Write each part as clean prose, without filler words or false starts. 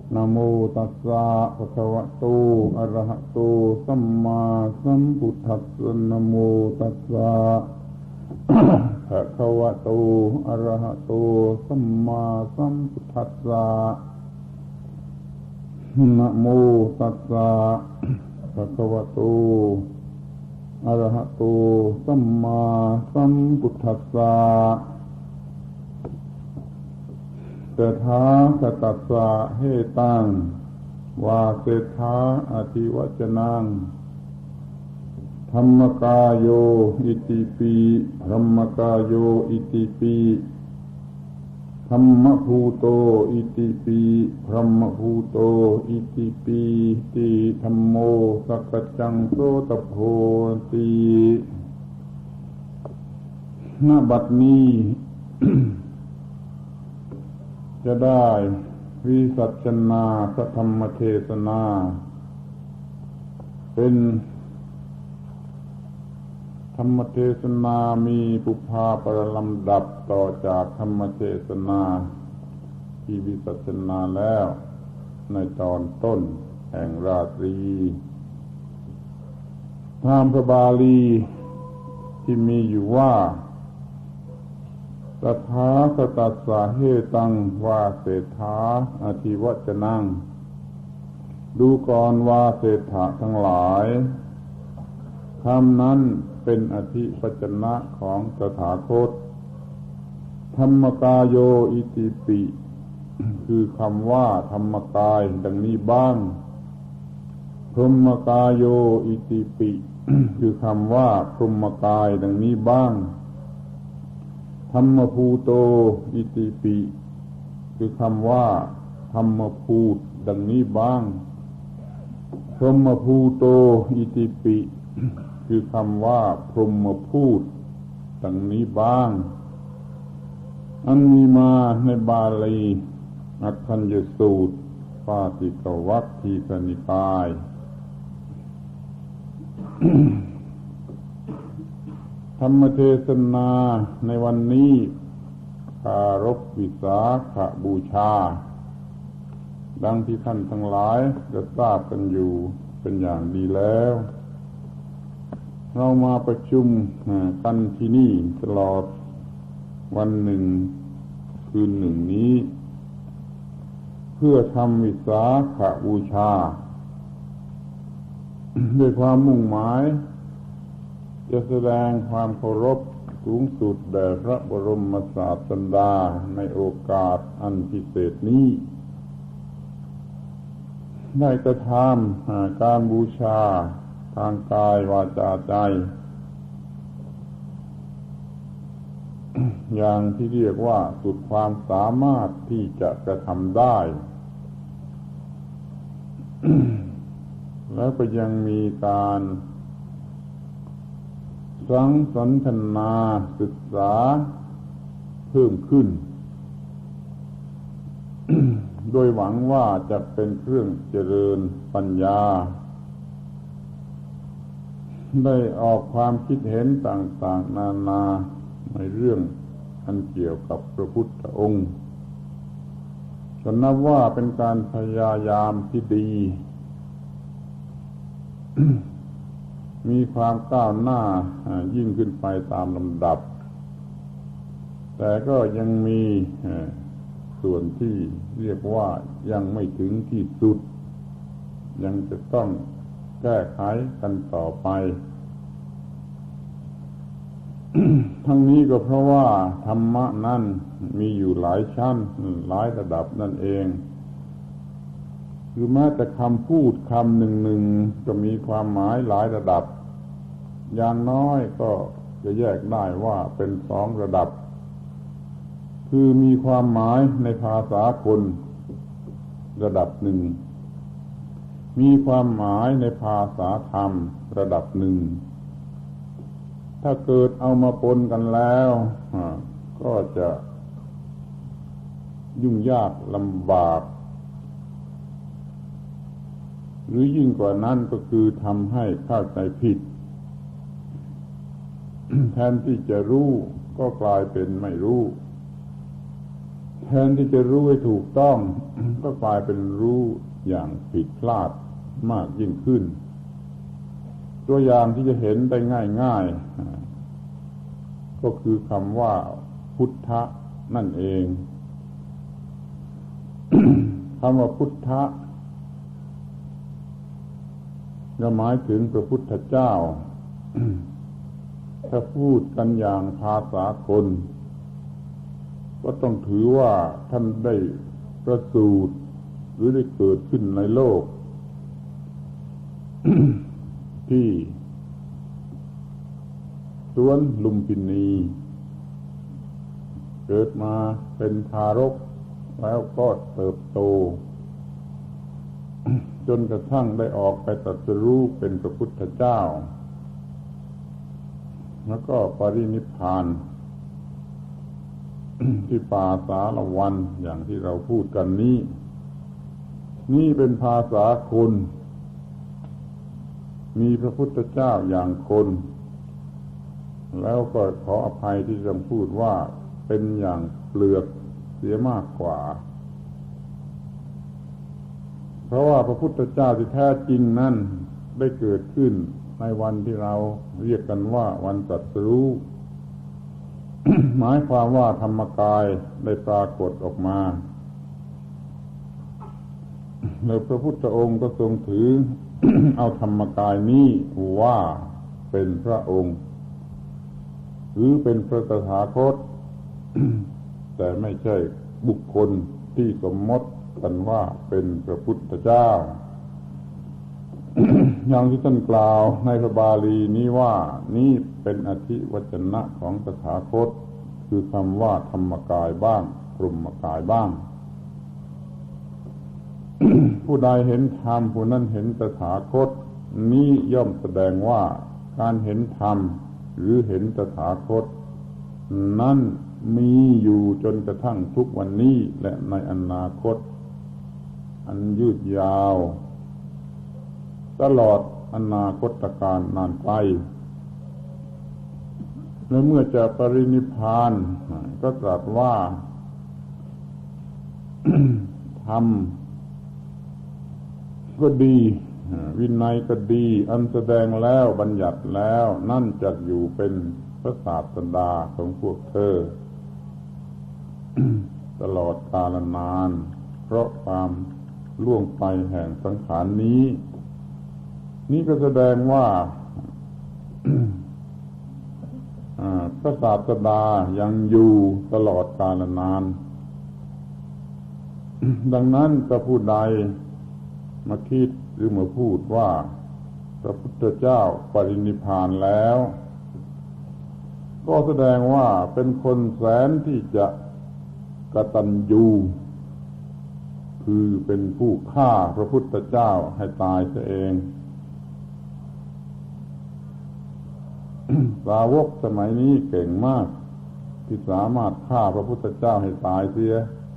นะโมตัสสะภะคะวะโตอะระหะโตสัมมาสัมพุทธัสสะนะโมตัสสะภะคะวะโตอะระหะโตสัมมาสัมพุทธัสสะนะโมตัสสะภะคะวะโตอะระหะโตสัมมาสัมพุทธัสสะตถาคตัสสะเหตังวาเสถาอธิวัจนังธัมมกายโยอิติปิธัมมกายโยอิติปิธัมมภูโตอิติปิธัมมภูโตอิติปิติธัมโมสักกัจจังโสตโพติณบัดนี้ จะได้วิสัชนาพระธรรมเทศนาเป็นธรรมเทศนามีปุพพาปรลำดับต่อจากธรรมเทศนาที่วิสัชนาแล้วในตอนต้นแห่งราตรีตามพระบาลีที่มีอยู่ว่าตถาคตัสสะเหตังวาเสถาอธิวัจนังดูก่อนวาเสถะทั้งหลายคำนั้นเป็นอธิปัจจนะของตถาคตธัมมกายโยอิติปิคือคำว่าธรรมกายดังนี้บ้างพรหมกายโยอิติปิคือคำว่าพรหมกายดังนี้บ้างธัมมภูโตอิติปิคือคำว่าธรรมภูตดังนี้บ้างพรหมภูโตอิติปิคือคำว่าพรหมภูตดังนี้บ้างอันมีมาในบาลีอัคคัญญสูตรปาติกวรรคทีฆนิกายธรรมเทศนาในวันนี้ปรารภวิสาขบูชาดังที่ท่านทั้งหลายได้ทราบกันอยู่เป็นอย่างดีแล้วเรามาประชุมกันที่นี่ตลอดวันหนึ่งคืนหนึ่งนี้เพื่อทำวิสาขบูชาด้วยความมุ่งหมายจะแสดงความเคารพสูงสุดแด่พระบรมศาสดาในโอกาสอันพิเศษนี้ได้กระทำการบูชาทางกายวาจาใจอย่างที่เรียกว่าสุดความสามารถที่จะกระทำได้ แล้วก็ยังมีการสังสนทนาศึกษาเพิ่มขึ้น โดยหวังว่าจะเป็นเครื่องเจริญปัญญาได้ออกความคิดเห็นต่างๆนานาในเรื่องอันเกี่ยวกับพระพุทธองค์ก็นับว่าเป็นการพยายามที่ดี มีความก้าวหน้ายิ่งขึ้นไปตามลำดับแต่ก็ยังมีส่วนที่เรียกว่ายังไม่ถึงที่สุดยังจะต้องแก้ไขกันต่อไป ทั้งนี้ก็เพราะว่าธรรมะนั้นมีอยู่หลายชั้นหลายระดับนั่นเองคือแม้แต่คำพูดคำหนึ่งๆก็มีความหมายหลายระดับอย่างน้อยก็จะแยกได้ว่าเป็นสองระดับคือมีความหมายในภาษาคนระดับหนึ่งมีความหมายในภาษาธรรมระดับหนึ่งถ้าเกิดเอามาปนกันแล้วก็จะยุ่งยากลำบากหรือยิ่งกว่านั้นก็คือทำให้เข้าใจผิด แทนที่จะรู้ก็กลายเป็นไม่รู้แทนที่จะรู้ให้ถูกต้อง ก็กลายเป็นรู้อย่างผิดพลาดมากยิ่งขึ้นตัวอย่างที่จะเห็นได้ง่ายๆก็คือคำว่าพุทธะนั่นเอง คำว่าพุทธะก็หมายถึงพระพุทธเจ้า ถ้าพูดกันอย่างภาษาคนก็ต้องถือว่าท่านได้ประสูติหรือได้เกิดขึ้นในโลก ที่สวนลุมพินีเกิดมาเป็นทารกแล้วก็เติบโต จนกระทั่งได้ออกไปตรัสรู้เป็นพระพุทธเจ้าแล้วก็ปรินิพพาน ที่ป่าสาละวันอย่างที่เราพูดกันนี้นี่เป็นภาษาคนมีพระพุทธเจ้าอย่างคนแล้วก็ขออภัยที่จะพูดว่าเป็นอย่างเปลือกเสียมากกว่าเพราะว่าพระพุทธเจ้าที่แท้จริงนั้นได้เกิดขึ้นในวันที่เราเรียกกันว่าวันตรัสรู้ หมายความว่าธรรมกายได้ปรากฏออกมาแล้วพระพุทธองค์ก็ทรงถือ เอาธรรมกายนี้ว่าเป็นพระองค์หรือเป็นพระตถาคต แต่ไม่ใช่บุคคลที่สมมติกันว่าเป็นพระพุทธเจ้า อย่างที่ท่านกล่าวในพระบาลีนี้ว่านี่เป็นอธิวจนะของตถาคตคือคำว่าธรรมกายบ้างพรหมกายบ้าง ผู้ใดเห็นธรรมผู้นั้นเห็นตถาคตนี้ย่อมแสดงว่าการเห็นธรรมหรือเห็นตถาคตนั้นมีอยู่จนกระทั่งทุกวันนี้และในอนาคตอันยืดยาวตลอดอนาคตการนานไกลและเมื่อจะปรินิพพานก็ตรัสว่า ธรรมก็ดีวินัยก็ดีอันแสดงแล้วบัญญัติแล้วนั่นจักอยู่เป็นพระศาสดาของพวกเธอ ตลอดกาลนานเพราะความล่วงไปแห่งสังขารนี้นี่ก็แสดงว่า พระศาสดายังอยู่ตลอดกาลนาน ดังนั้นพระผู้ใดมาคิดหรือมาพูดว่าพระพุทธเจ้าปรินิพพานแล้วก็แสดงว่าเป็นคนแสนที่จะกตัญญูคือเป็นผู้ฆ่าพระพุทธเจ้าให้ตายเสียเอง สาวกสมัยนี้เก่งมากที่สามารถฆ่าพระพุทธเจ้าให้ตายเสีย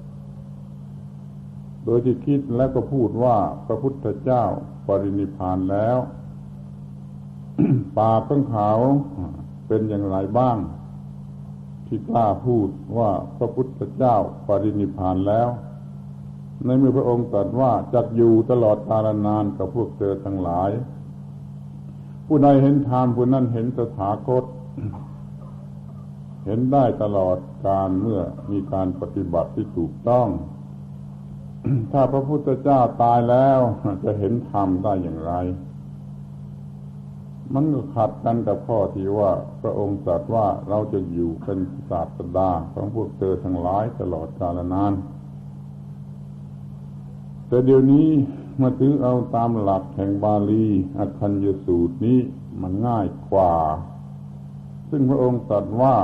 โดยที่คิดแล้วก็พูดว่าพระพุทธเจ้าปรินิพพานแล้ว ปากของเขาเป็นอย่างไรบ้างที่กล้าพูดว่าพระพุทธเจ้าปรินิพพานแล้วในเมื่อพระองค์ตรัสว่าจักอยู่ตลอดกาลนานกับพวกเธอทั้งหลายผู้ใดเห็นธรรมผู้นั้นเห็นตถาคต เห็นได้ตลอดกาลเมื่อมีการปฏิบัติที่ถูกต้อง ถ้าพระพุทธเจ้าตายแล้วจะเห็นธรรมได้อย่างไรมันก็ขัดกันกับข้อที่ว่าพระองค์ตรัสว่าเราจะอยู่เป็นศาสดาของพวกเธอทั้งหลายตลอดกาลนานแต่เดี๋ยวนี้มาถือเอาตามหลักแห่งบาลีอัคคัญญสูตรนี้มันง่ายกว่าซึ่งพระองค์ตรัสว่า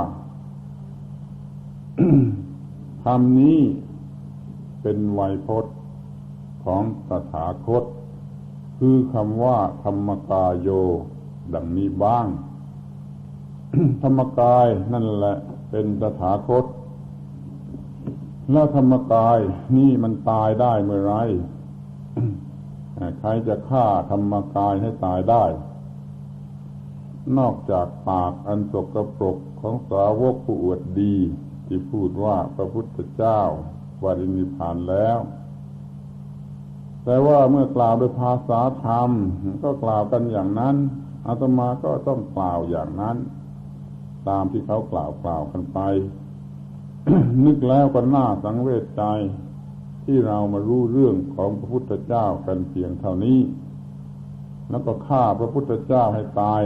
ธรรมนี้เป็นไวยพจน์ของตถาคตคือคำว่าธรรมกายโยดังนี้บ้าง ธรรมกายนั่นแหละเป็นตถาคตแล้วธรรมกายนี่มันตายได้เมื่อไร ใครจะฆ่าธรรมกายให้ตายได้นอกจากปากอันสกปรกของสาวกผู้อวดดีที่พูดว่าพระพุทธเจ้าปรินิพพานแล้วแต่ว่าเมื่อกล่าวโดยภาษาธรรมก็กล่าวกันอย่างนั้นอาตมาก็ต้องกล่าวอย่างนั้นตามที่เขากล่าวกันไป นึกแล้วก็น่าสังเวชใจที่เรามารู้เรื่องของพระพุทธเจ้ากันเพียงเท่านี้แล้วก็ฆ่าพระพุทธเจ้าให้ตาย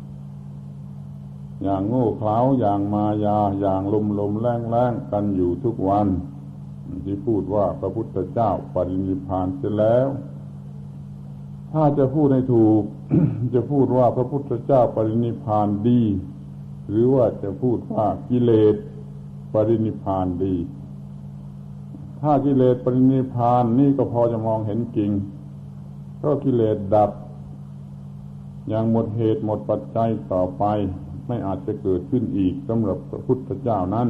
อย่างโง่เขลาอย่างมายาอย่างลมแรงกันอยู่ทุกวันที่พูดว่าพระพุทธเจ้าปรินิพพานเสียแล้วถ้าจะพูดให้ถูก จะพูดว่าพระพุทธเจ้าปรินิพพานดีหรือว่าจะพูดว่ากิเลสปรินิพพานดีถ้ากิเลสปรินิพพานนี่ก็พอจะมองเห็นจริงเพราะกิเลสดับอย่างหมดเหตุหมดปัจจัยต่อไปไม่อาจจะเกิดขึ้นอีกสำหรับพระพุทธเจ้านั้น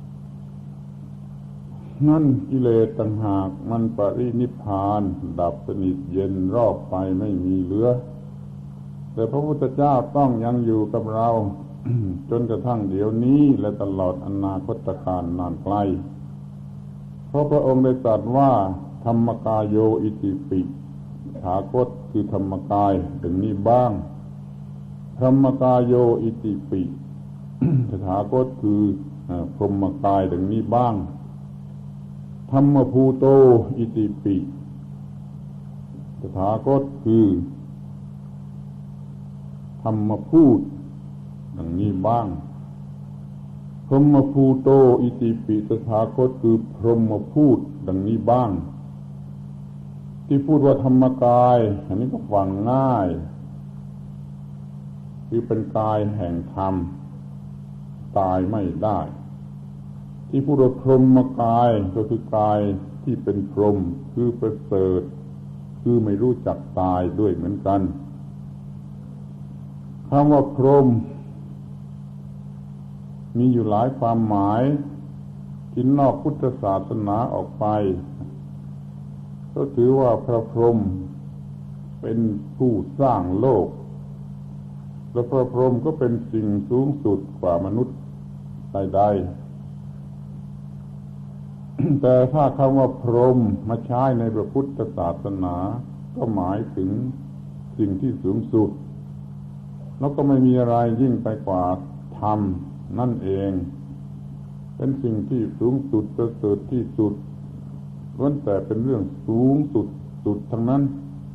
กิเลสต่างหากมันปรินิพพานดับสนิทเย็นรอบไปไม่มีเหลือแต่พระพุทธเจ้าต้องยังอยู่กับเรา จนกระทั่งเดี๋ยวนี้และตลอดอนาคตการนานไกลเพราะพระองค์ได้ตรัสว่าธรรมกายโยอิติปิตถาคตคือธรรมกายดังนี้บ้างธรรมกายโยอิติปิ ตถาคตคือพรหมกายดังนี้บ้างธรรมภูโตอิติปิตถาคตคือธรรมพูดดังนี้บ้างพรหมภูโตอิติปิตถาคตคือพรหมพูดดังนี้บ้างที่พูดว่าธรรมกายอันนี้ก็ฟังง่ายคือเป็นกายแห่งธรรมตายไม่ได้ที่พูดว่าพรหมกายก็คือกายที่เป็นพรหมคือประเสริฐคือไม่รู้จักตายด้วยเหมือนกันคำว่าพรหมมีอยู่หลายความหมายที่นอกพุทธศาสนาออกไปก็ถือว่าพระพรหมเป็นผู้สร้างโลกและพระพรหมก็เป็นสิ่งสูงสุดกว่ามนุษย์ใดๆ แต่ถ้าคำว่าพรหมมาใช้ในพระพุทธศาสนาก็หมายถึงสิ่งที่สูงสุดแล้วก็ไม่มีอะไรยิ่งไปกว่าธรรมนั่นเองเป็นสิ่งที่สูงสุดประเสริฐที่สุดล้วนแต่เป็นเรื่องสูงสุดทั้งนั้น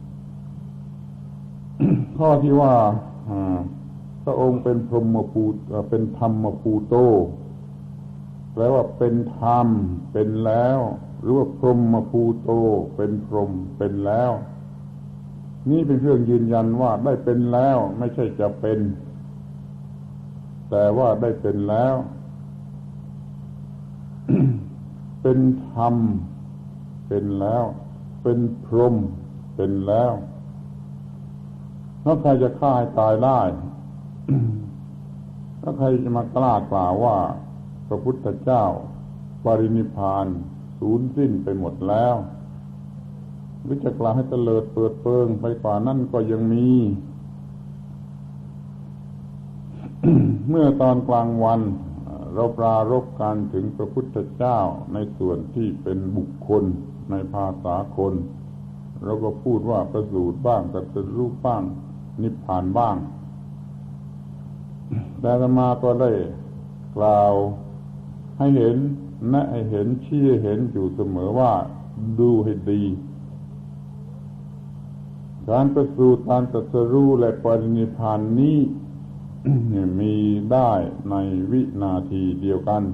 ข้อที่ว่าพระองค์เป็นพรหมภูตเป็นธรรมภูโตแปลว่าเป็นธรรมเป็นแล้วหรือว่าพรหมภูโตเป็นพรหมเป็นแล้วนี่เป็นเครื่องยืนยันว่าได้เป็นแล้วไม่ใช่จะเป็นแต่ว่าได้เป็นแล้ว เป็นธรรมเป็นแล้วเป็นพรหมเป็นแล้วแล้วใครจะฆ่าให้ตายได้ แล้วใครจะมากล้ากล่าวว่าพระพุทธเจ้าปรินิพพานสูญสิ้นไปหมดแล้วหรือจะกล่าวให้เตลิดเปิดเปิงไปกว่านั้นก็ยังมี เมื่อตอนกลางวันเราปรารภกันถึงพระพุทธเจ้าในส่วนที่เป็นบุคคลในภาษาคนเราก็พูดว่าประสูติบ้างตรัสรู้บ้างนิพพานบ้างแต่อาตมาก็ได้กล่าวให้เห็นแนะให้เห็นชี้เห็นอยู่เสมอว่าดูให้ดีการประสูติการตรัสรู้และปรินิพพานนี้ มีได้ในวินาทีเดียวกัน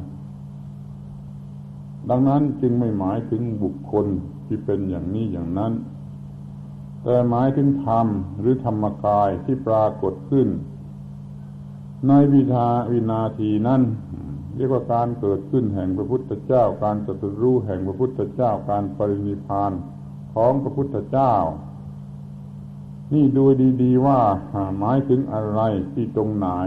ดังนั้นจึงไม่หมายถึงบุคคลที่เป็นอย่างนี้อย่างนั้นแต่หมายถึงธรรมหรือธรรมกายที่ปรากฏขึ้นในวินาทีนั้นเรียกว่าการเกิดขึ้นแห่งพระพุทธเจ้าการตรัสรู้แห่งพระพุทธเจ้าการปรินิพพานของพระพุทธเจ้านี่ดูดีๆว่าหมายถึงอะไรที่ตรงไหน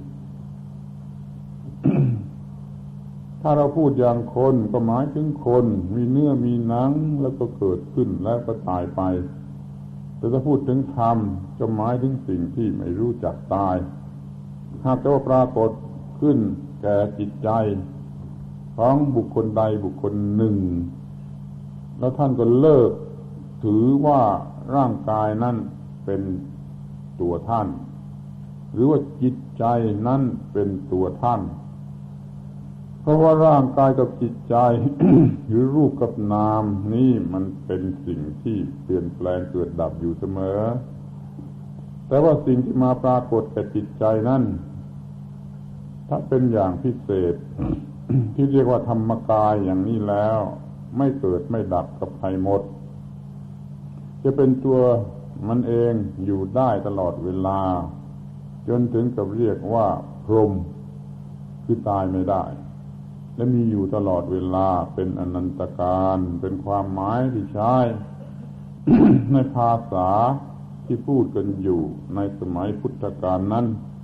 ถ้าเราพูดอย่างคนก็หมายถึงคนมีเนื้อมีหนังแล้วก็เกิดขึ้นแล้วก็ตายไปแต่ถ้าพูดถึงธรรมจะหมายถึงสิ่งที่ไม่รู้จักตายหากแต่ว่าปรากฏขึ้นแก่จิตใจของบุคคลใดบุคคลหนึ่งแล้วท่านก็เลิกถือว่าร่างกายนั้นเป็นตัวท่านหรือว่าจิตใจนั้นเป็นตัวท่านเพราะว่าร่างกายกับจิตใจ หรือรูปกับนามนี่มันเป็นสิ่งที่เปลี่ยนแปลงเกิดดับอยู่เสมอแต่ว่าสิ่งที่มาปรากฏแก่จิตใจนั้นถ้าเป็นอย่างพิเศษ ที่เรียกว่าธรรมกายอย่างนี้แล้วไม่เกิดไม่ดับกับใครหมดจะเป็นตัวมันเองอยู่ได้ตลอดเวลาจนถึงกับเรียกว่าพรหมคือตายไม่ได้และมีอยู่ตลอดเวลาเป็นอนันตการเป็นความหมายที่ใช้ ในภาษาที่พูดกันอยู่ในสมัยพุทธกาลนั้น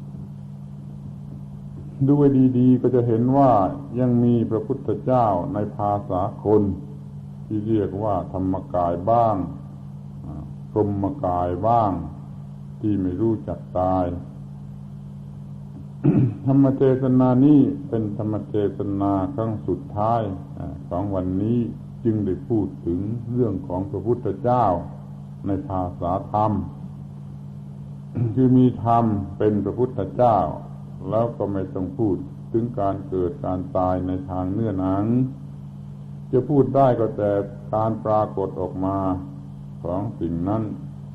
ดูดีๆก็จะเห็นว่ายังมีพระพุทธเจ้าในภาษาคนที่เรียกว่าธรรมกายบ้างพรหมกายบ้างที่ไม่รู้จักตาย ธรรมเทศนานี้เป็นธรรมเทศนาครั้งสุดท้ายของวันนี้จึงได้พูดถึงเรื่องของพระพุทธเจ้าในภาษาธรรม คือมีธรรมเป็นพระพุทธเจ้าแล้วก็ไม่ต้องพูดถึงการเกิดการตายในทางเนื้อหนังจะพูดได้ก็แต่การปรากฏออกมาของสิ่งนั้น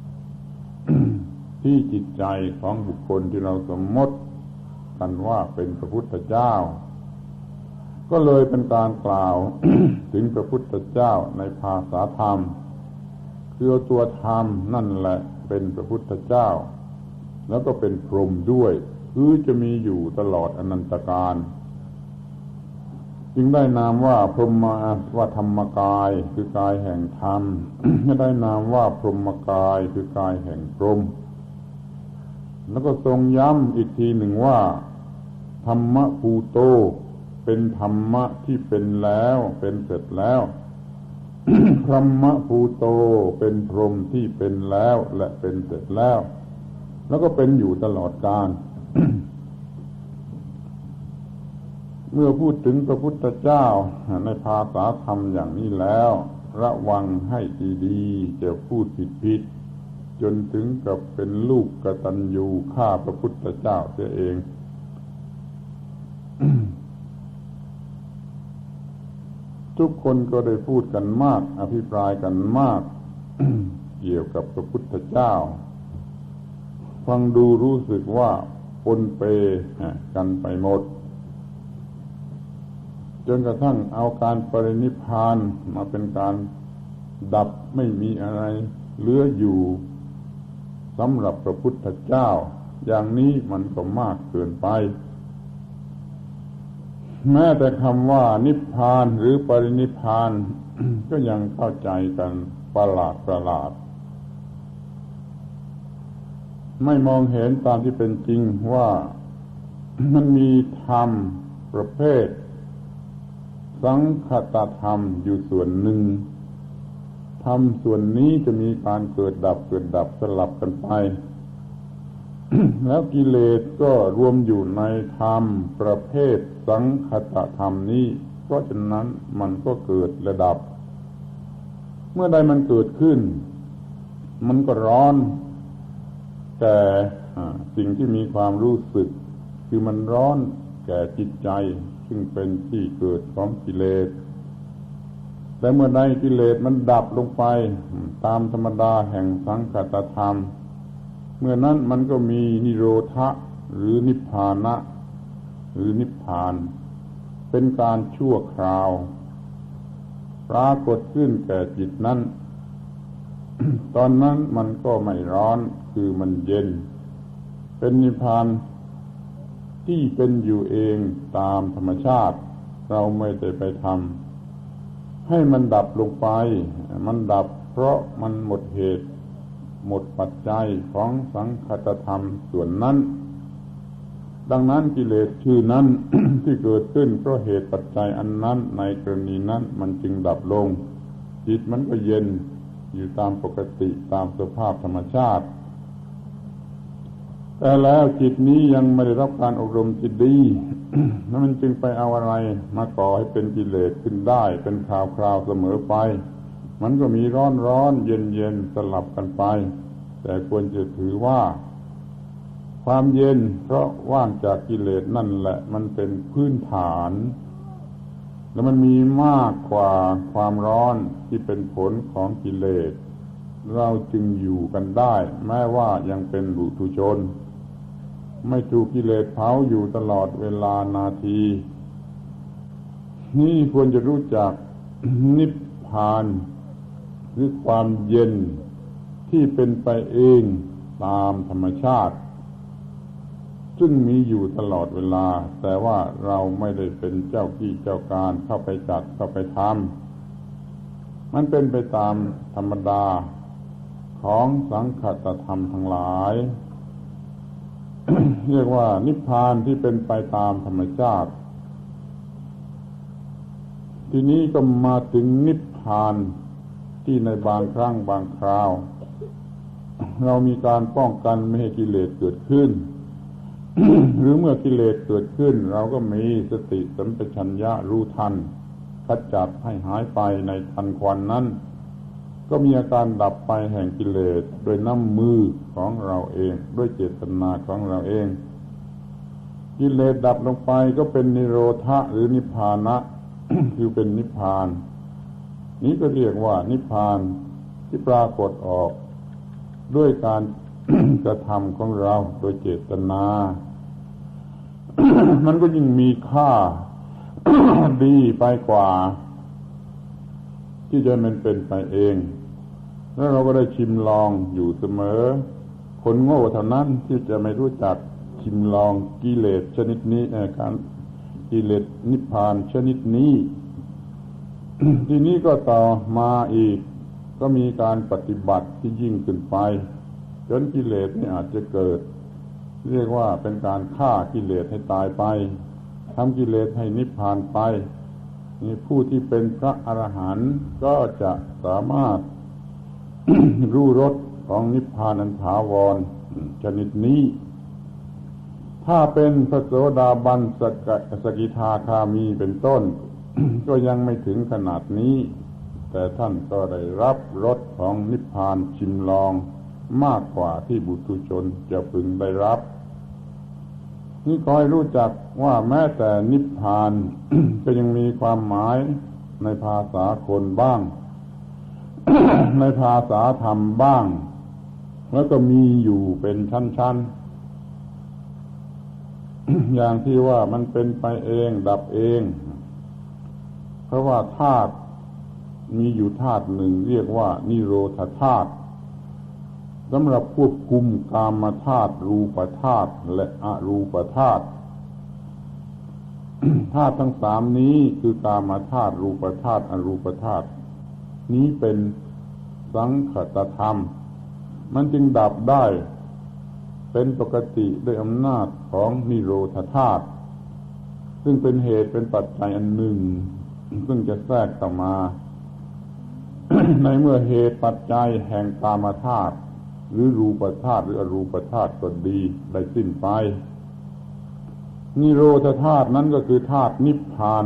ที่จิตใจของบุคคลที่เราสมมติกันว่าเป็นพระพุทธเจ้าก็เลยเป็นการกล่าว ถึงพระพุทธเจ้าในภาษาธรรมคือตัวธรรมนั่นแหละเป็นพระพุทธเจ้าแล้วก็เป็นพรหมด้วยคือจะมีอยู่ตลอดอนันตกาลจึงได้นามว่าพรหมว่าธรรมกายคือกายแห่งธรรม ไม่ได้นามว่าพรหมกายคือกายแห่งพรหมแล้วก็ทรงย้ำอีกทีหนึ่งว่าธรรมะภูโตเป็นธรรมะที่เป็นแล้วเป็นเสร็จแล้ว พรหมภูโตเป็นพรหมที่เป็นแล้วและเป็นเสร็จแล้วแล้วก็เป็นอยู่ตลอดกาล เมื่อพูดถึงพระพุทธเจ้าในภาษาธรรมอย่างนี้แล้วระวังให้ดีๆจะพูดผิดจนถึงกับเป็นลูกกตัญญูฆ่าพระพุทธเจ้าเสียเอง ทุกคนก็ได้พูดกันมากอภิปรายกันมาก เกี่ยวกับพระพุทธเจ้าฟังดูรู้สึกว่าปนเปกันไปหมดจนกระทั่งเอาการปรินิพพานมาเป็นการดับไม่มีอะไรเหลืออยู่สำหรับพระพุทธเจ้าอย่างนี้มันก็มากเกินไปแม้แต่คำว่านิพพานหรือปรินิพพาน ก็ยังเข้าใจกันประหลาดไม่มองเห็นตามที่เป็นจริงว่า มันมีธรรมประเภทสังคตธรรมอยู่ส่วนหนึ่งธรรมส่วนนี้จะมีการเกิดดับสลับกันไป แล้วกิเลสก็รวมอยู่ในธรรมประเภทสังคตธรรมนี้เพราะฉะนั้นมันก็เกิดและดับเมื่อใดมันเกิดขึ้นมันก็ร้อนแต่สิ่งที่มีความรู้สึกคือมันร้อนแก่จิตใจซึ่งเป็นที่เกิดของกิเลสแต่เมื่อใดกิเลสมันดับลงไปตามธรรมดาแห่งสังคตธรรมเมื่อนั้นมันก็มีนิโรธะหรือนิพพานะหรือนิพพานเป็นการชั่วคราวปรากฏขึ้นแก่จิตนั้น ตอนนั้นมันก็ไม่ร้อนคือมันเย็นเป็นนิพพานที่เป็นอยู่เองตามธรรมชาติเราไม่ได้ไปทำให้มันดับลงไปมันดับเพราะมันหมดเหตุหมดปัจจัยของสังคตธรรมส่วนนั้นดังนั้นกิเลสชื่อนั้น ที่เกิดขึ้นเพราะเหตุปัจจัยอันนั้นในกรณีนั้นมันจึงดับลงจิตมันก็เย็นอยู่ตามปกติตามสภาพธรรมชาติแต่แล้วจิตนี้ยังไม่ได้รับการอบรมจิตดีแล้วมันจึงไปเอาอะไรมาก่อให้เป็นกิเลสขึ้นได้เป็นคราวๆเสมอไปมันก็มีร้อนๆเย็นๆสลับกันไปแต่ควรจะถือว่าความเย็นเพราะว่างจากกิเลสนั่นแหละมันเป็นพื้นฐานแล้วมันมีมากกว่าความร้อนที่เป็นผลของกิเลสเราจึงอยู่กันได้แม้ว่ายังเป็นปุถุชนไม่ถูกกิเลสเผาอยู่ตลอดเวลานาทีนี่ควรจะรู้จัก นิพพานหรือความเย็นที่เป็นไปเองตามธรรมชาติซึ่งมีอยู่ตลอดเวลาแต่ว่าเราไม่ได้เป็นเจ้าที่เจ้าการเข้าไปจัดเข้าไปทำมันเป็นไปตามธรรมดาของสังคตธรรมทั้งหลาย เรียกว่านิพพานที่เป็นไปตามธรรมชาติทีนี้ก็มาถึงนิพพานที่ในบางครั้งบางคราวเรามีการป้องกันไม่ให้กิเลสเกิดขึ้น หรือเมื่อกิเลสเกิดขึ้นเราก็มีสติสัมปชัญญะรู้ทันขจัดให้หายไปในทันควันนั้นก็มีอาการดับไปแห่งกิเลสโดยน้ำมือของเราเองด้วยเจตนาของเราเองกิเลสดับลงไปก็เป็นนิโรธะหรือนิพพานะ คือเป็นนิพพานนี้ก็เรียกว่านิพพานที่ปรากฏออกด้วยการ กระทำของเราโดยเจตนา มันก็ยิ่งมีค่า ดีไปกว่าที่จะมันเป็นไปเองแล้วเราก็ได้ชิมลองอยู่เสมอคนโง่เท่านั้นที่จะไม่รู้จักชิมลองกิเลสชนิดนี้การกิเลสนิพพานชนิดนี้ ทีนี้ก็ต่อมาอีกก็มีการปฏิบัติที่ยิ่งขึ้นไปจนกิเลสนี่อาจจะเกิดเรียกว่าเป็นการฆ่ากิเลสให้ตายไปทำกิเลสให้นิพพานไปนี่ผู้ที่เป็นพระอรหันต์ก็จะสามารถ รู้รสของนิพพานันถาวรชนิดนี้ถ้าเป็นพระโสดาบันสกิทาคามีเป็นต้น ก็ยังไม่ถึงขนาดนี้แต่ท่านก็ได้รับรสของนิพพานชิมลองมากกว่าที่บุตุชนจะพึงได้รับนี่ขอให้รู้จักว่าแม้แต่นิพพาน ก็ยังมีความหมายในภาษาคนบ้าง ในภาษาธรรมบ้างแล้วก็มีอยู่เป็นชั้นๆ อย่างที่ว่ามันเป็นไปเองดับเองเพราะว่าธาตุมีอยู่ธาตุหนึ่งเรียกว่านิโรธธาตุสำหรับควบคุมกามธาตุรูปธาตุและอรูปธาตุ ธาตุทั้งสามนี้คือกามธาตุรูปธาตุอรูปธาตุนี้เป็นสังคตธรรมมันจึงดับได้เป็นปกติด้วยอำนาจของนิโรธธาตุซึ่งเป็นเหตุเป็นปัจจัยอันหนึ่งซึ่งจะแทรกเข้ามา ในเมื่อเหตุปัจจัยแห่งกามธาตุหรือรูปธาตุหรืออรูปธาตุก็ดีได้สิ้นไปนิโรธธาตุนั้นก็คือธาตุนิพพาน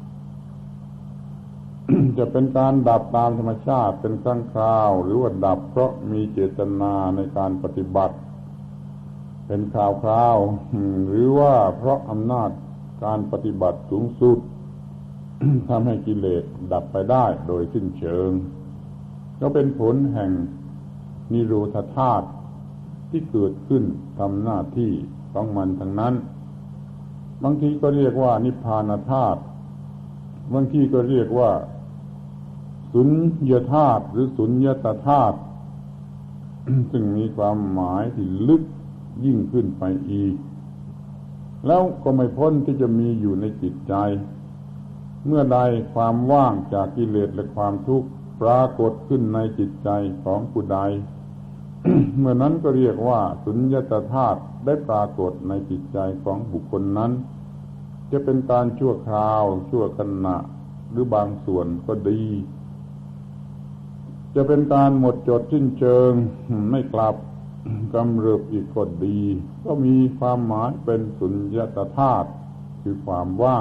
จะเป็นการดับตามธรรมชาติเป็นครั้งคราวหรือว่าดับเพราะมีเจตนาในการปฏิบัติเป็นคราวๆหรือว่าเพราะอำนาจการปฏิบัติสูงสุด ทำให้กิเลสดับไปได้โดยสิ้นเชิงก็เป็นผลแห่งนิโรธธาตุที่เกิดขึ้นทำหน้าที่ของมันทั้งนั้นบางทีก็เรียกว่านิพพานธาตุบางทีก็เรียกว่าสุญญธาตุหรือสุญญตธาตุ ซึ่งมีความหมายที่ลึกยิ่งขึ้นไปอีกแล้วก็ไม่พ้นที่จะมีอยู่ในจิตใจเมื่อใดความว่างจากกิเลสและความทุกข์ปรากฏขึ้นในจิตใจของผู้ใด เมื่อนั้นก็เรียกว่าสุญญตธาตุได้ปรากฏในจิตใจของบุคคลนั้นจะเป็นการชั่วคราวชั่วขณะหรือบางส่วนก็ดีจะเป็นการหมดจดสิ้นเชิงไม่กลับกำเริบอีกก็ดีก็มีความหมายเป็นสุญญตธาตุคือความว่าง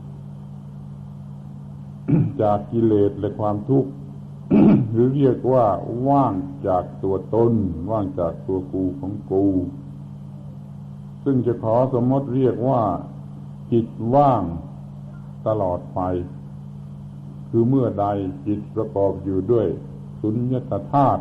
จากกิเลสและความทุกข์ หรือเรียกว่าว่างจากตัวตนว่างจากตัวกูของกูซึ่งจะขอสมมติเรียกว่าจิตว่างตลอดไปคือเมื่อใดจิตประกอบอยู่ด้วยสุญญตธาตุ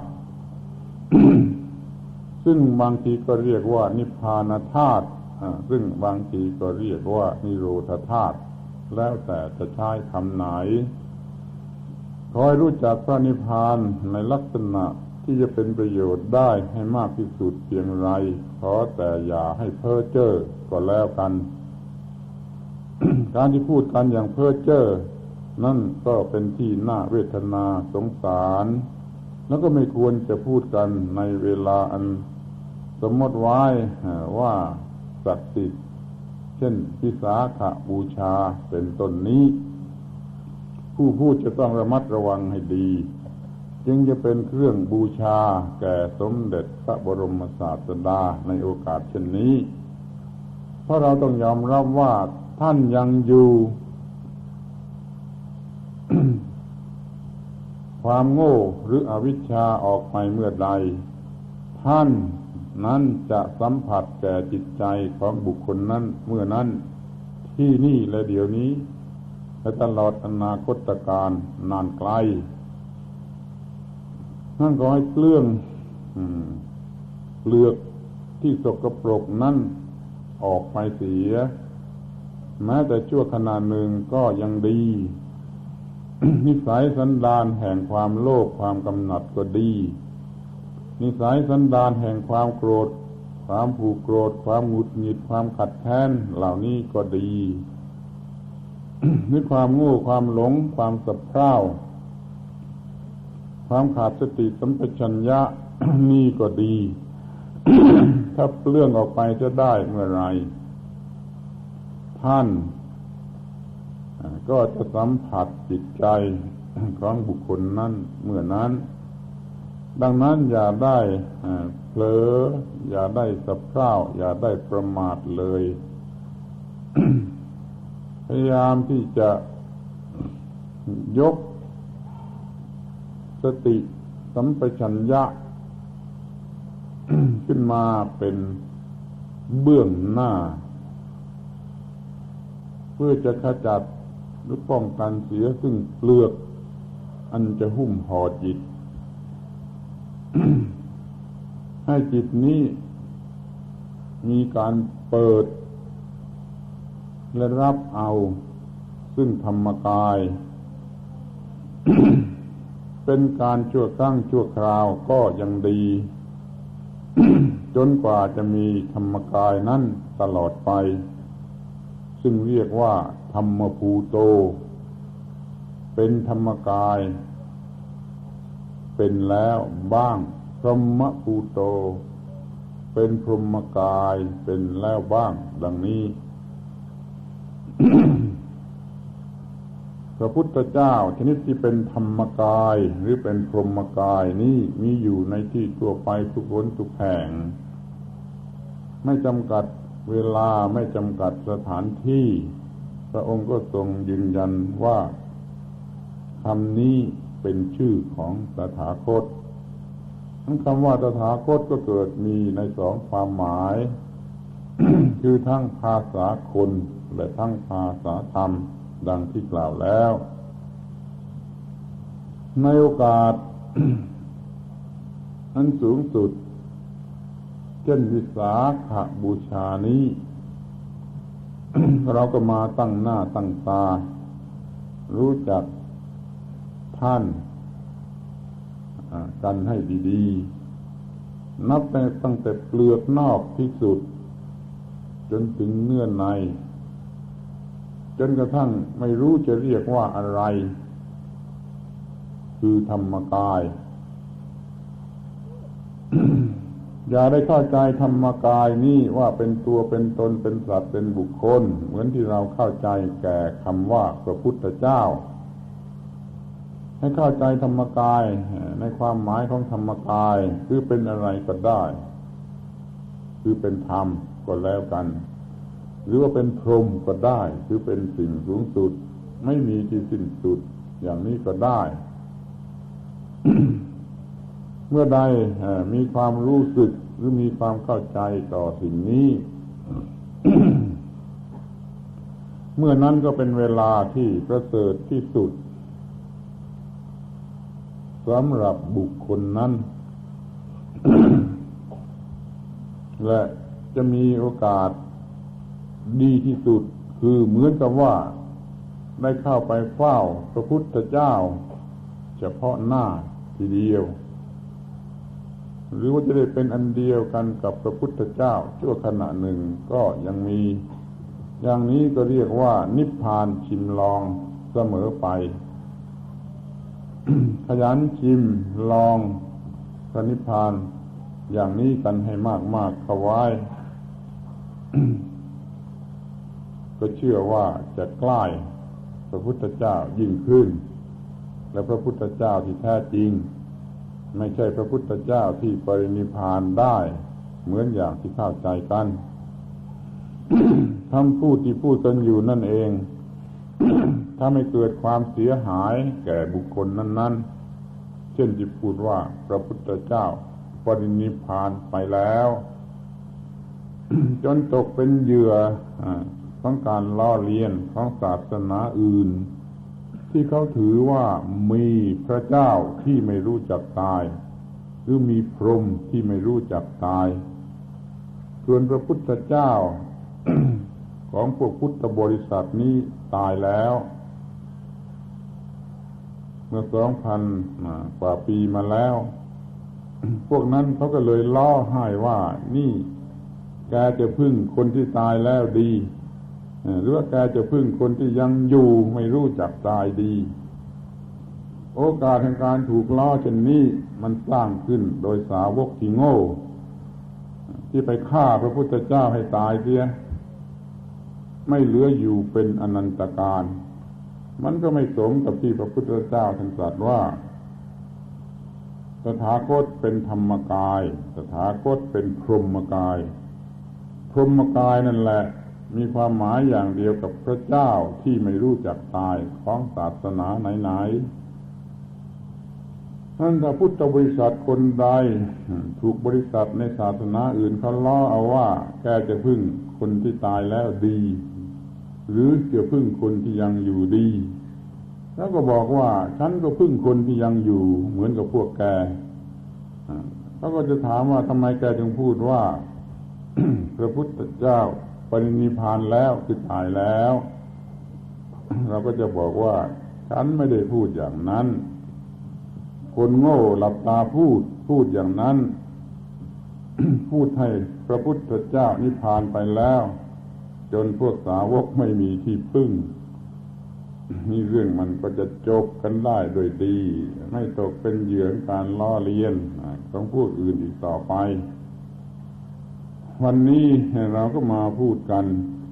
ซึ่งบางทีก็เรียกว่านิพพานธาตุซึ่งบางทีก็เรียกว่านิโรธธาตุแล้วแต่จะใช้คำไหนขอให้รู้จักพระนิพพานในลักษณะที่จะเป็นประโยชน์ได้ให้มากที่สุดเพียงไรขอแต่อย่าให้เพ้อเจ้อก็แล้วกัน การที่พูดกันอย่างเพ้อเจ้อนั่นก็เป็นที่น่าเวทนาสงสารแล้วก็ไม่ควรจะพูดกันในเวลาอันสมมติไว้ว่าศักดิ์สิทธิ์เช่นวิสาขบูชาเป็นต้นนี้ผู้พูดจะต้องระมัดระวังให้ดีจึงจะเป็นเครื่องบูชาแก่สมเด็จพระบรมศาสดาในโอกาสเช่นนี้เพราะเราต้องยอมรับว่าท่านยังอยู่ ความโง่หรืออวิชชาออกไปเมื่อใดท่านนั้นจะสัมผัสแก่จิตใจของบุคคลนั้นเมื่อนั้นที่นี่และเดี๋ยวนี้และตลอดอนาคตการนานไกลนั่นก็ให้เปลื้องเปลือกที่สกปรกนั้นออกไปเสียแม้แต่ชั่วขณะหนึ่งก็ยังดี นิสัยสันดานแห่งความโลภความกำหนัดก็ดีนิสัยสันดานแห่งความโกรธความผูกโกรธความหงุดหงิดความขัดแค้นเหล่านี้ก็ดี นี่ความโง่ความหลงความสับเพร่าความขาดสติสัมปชัญญะ นี่ก็ดี ถ้าเปลื้องออกไปจะได้เมื่อไรท่านก็จะสัมผัสจิตใจของบุคคลนั้นเมื่อนั้นดังนั้นอย่าได้เผลออย่าได้สับเพร่าอย่าได้ประมาทเลย พยายามที่จะยกสติสัมปชัญญะ ขึ้นมาเป็นเบื้องหน้าเพื่อจะขจัดหรือป้องกันเสียซึ่งเปลือกอันจะหุ้มห่อจิต ให้จิตนี้มีการเปิดและรับเอาซึ่งธรรมกาย เป็นการชั่วครั้งชั่วคราวก็ยังดี จนกว่าจะมีธรรมกายนั้นตลอดไปซึ่งเรียกว่าธรรมภูโตเป็นธรรมกายเป็นแล้วบ้างพรหมภูโตเป็นพรหมกายเป็นแล้วบ้างดังนี้ พระพุทธเจ้าชนิดที่เป็นธรรมกายหรือเป็นพรหมกายนี้มีอยู่ในที่ทั่วไปทุกหนทุกแห่งไม่จำกัดเวลาไม่จำกัดสถานที่พระองค์ก็ทรงยืนยันว่าคำนี้เป็นชื่อของตถาคตทั้งคำว่าตถาคตก็เกิดมีในสองความหมาย คือทั้งภาษาคนและทั้งภาษาธรรมดังที่กล่าวแล้วในโอกาส อันสูงสุดเช่นวิสาขบูชานี้ เราก็มาตั้งหน้าตั้งตารู้จักท่านกันให้ดีๆนับตั้งแต่เปลือกนอกที่สุดจนถึงเนื้อในจนกระทั่งไม่รู้จะเรียกว่าอะไรคือธรรมกาย อย่าได้เข้าใจธรรมกายนี้ว่าเป็นตัวเป็นตนเป็นสัตว์เป็นบุคคลเหมือนที่เราเข้าใจแก่คำว่าพระพุทธเจ้าให้เข้าใจธรรมกายในความหมายของธรรมกายคือเป็นอะไรก็ได้คือเป็นธรรมก็แล้วกันหรือว่าเป็นพรหมก็ได้คือเป็นสิ่งสูงสุดไม่มีที่สิ้นสุดอย่างนี้ก็ได้ เมื่อใดมีความรู้สึกหรือมีความเข้าใจต่อสิ่งนี้ เมื่อนั้นก็เป็นเวลาที่ประเสริฐที่สุดสำหรับบุคคลนั้น และจะมีโอกาสดีที่สุดคือเหมือนกับว่าได้เข้าไปเฝ้าพระพุทธเจ้าเฉพาะหน้าทีเดียวหรือว่าจะได้เป็นอันเดียวกันกับพระพุทธเจ้าชั่วขณะหนึ่งก็ยังมีอย่างนี้ก็เรียกว่านิพพานชิมลองเสมอไป ขยันชิมลองพระนิพพานอย่างนี้กันให้มากๆเข้าไว้ ก็เชื่อว่าจะใกล้พระพุทธเจ้ายิ่งขึ้นและพระพุทธเจ้าที่แท้จริงไม่ใช่พระพุทธเจ้าที่ปรินิพพานได้เหมือนอย่างที่เข้าใจกัน คำพูดที่พูดกันอยู่นั่นเอง ถ้าไม่เกิดความเสียหายแก่บุคคลนั้นๆเช่นที่พูดว่าพระพุทธเจ้าปรินิพพานไปแล้ว จนตกเป็นเหยื่อของการล้อเลียนของศาสนาอื่นที่เขาถือว่ามีพระเจ้าที่ไม่รู้จักตายหรือมีพรหมที่ไม่รู้จักตายส่วนพระพุทธเจ้า ของพวกพุทธบริษัทนี้ตายแล้วเมื่อ 2,000 กว่าปีมาแล้ว พวกนั้นเขาก็เลยล้อให้ว่านี่แกจะพึ่งคนที่ตายแล้วดีหรือว่าแกจะพึ่งคนที่ยังอยู่ไม่รู้จักตายดีโอกาสแห่งการถูกล้อเช่นนี้มันสร้างขึ้นโดยสาวกที่โง่ที่ไปฆ่าพระพุทธเจ้าให้ตายเสียไม่เหลืออยู่เป็นอนันตการมันก็ไม่สมกับที่พระพุทธเจ้าท่านตรัสว่าตถาคตเป็นธรรมกายตถาคตเป็นพรหมกายพรหมกายนั่นแหละมีความหมายอย่างเดียวกับพระเจ้าที่ไม่รู้จักตายของศาสนาไหนๆท่านถ้าพุทธบริษัทคนใดถูกบริษัทในศาสนาอื่นเขาล้อเอาว่าแกจะพึ่งคนที่ตายแล้วดีหรือจะพึ่งคนที่ยังอยู่ดีแล้วก็บอกว่าฉันก็พึ่งคนที่ยังอยู่เหมือนกับพวกแกเขาก็จะถามว่าทำไมแกจึงพูดว่า พระพุทธเจ้าปรินิพพานแล้วคือตายแล้วเราก็จะบอกว่าฉันไม่ได้พูดอย่างนั้นคนโง่หลับตาพูดอย่างนั้น พูดให้พระพุทธเจ้านิพพานไปแล้วจนพวกสาวกไม่มีที่พึ่งนี่เรื่องมันก็จะจบกันได้โดยดีไม่ตกเป็นเหยื่อการล้อเลียนของผู้อื่นอีกต่อไปวันนี้เราก็มาพูดกัน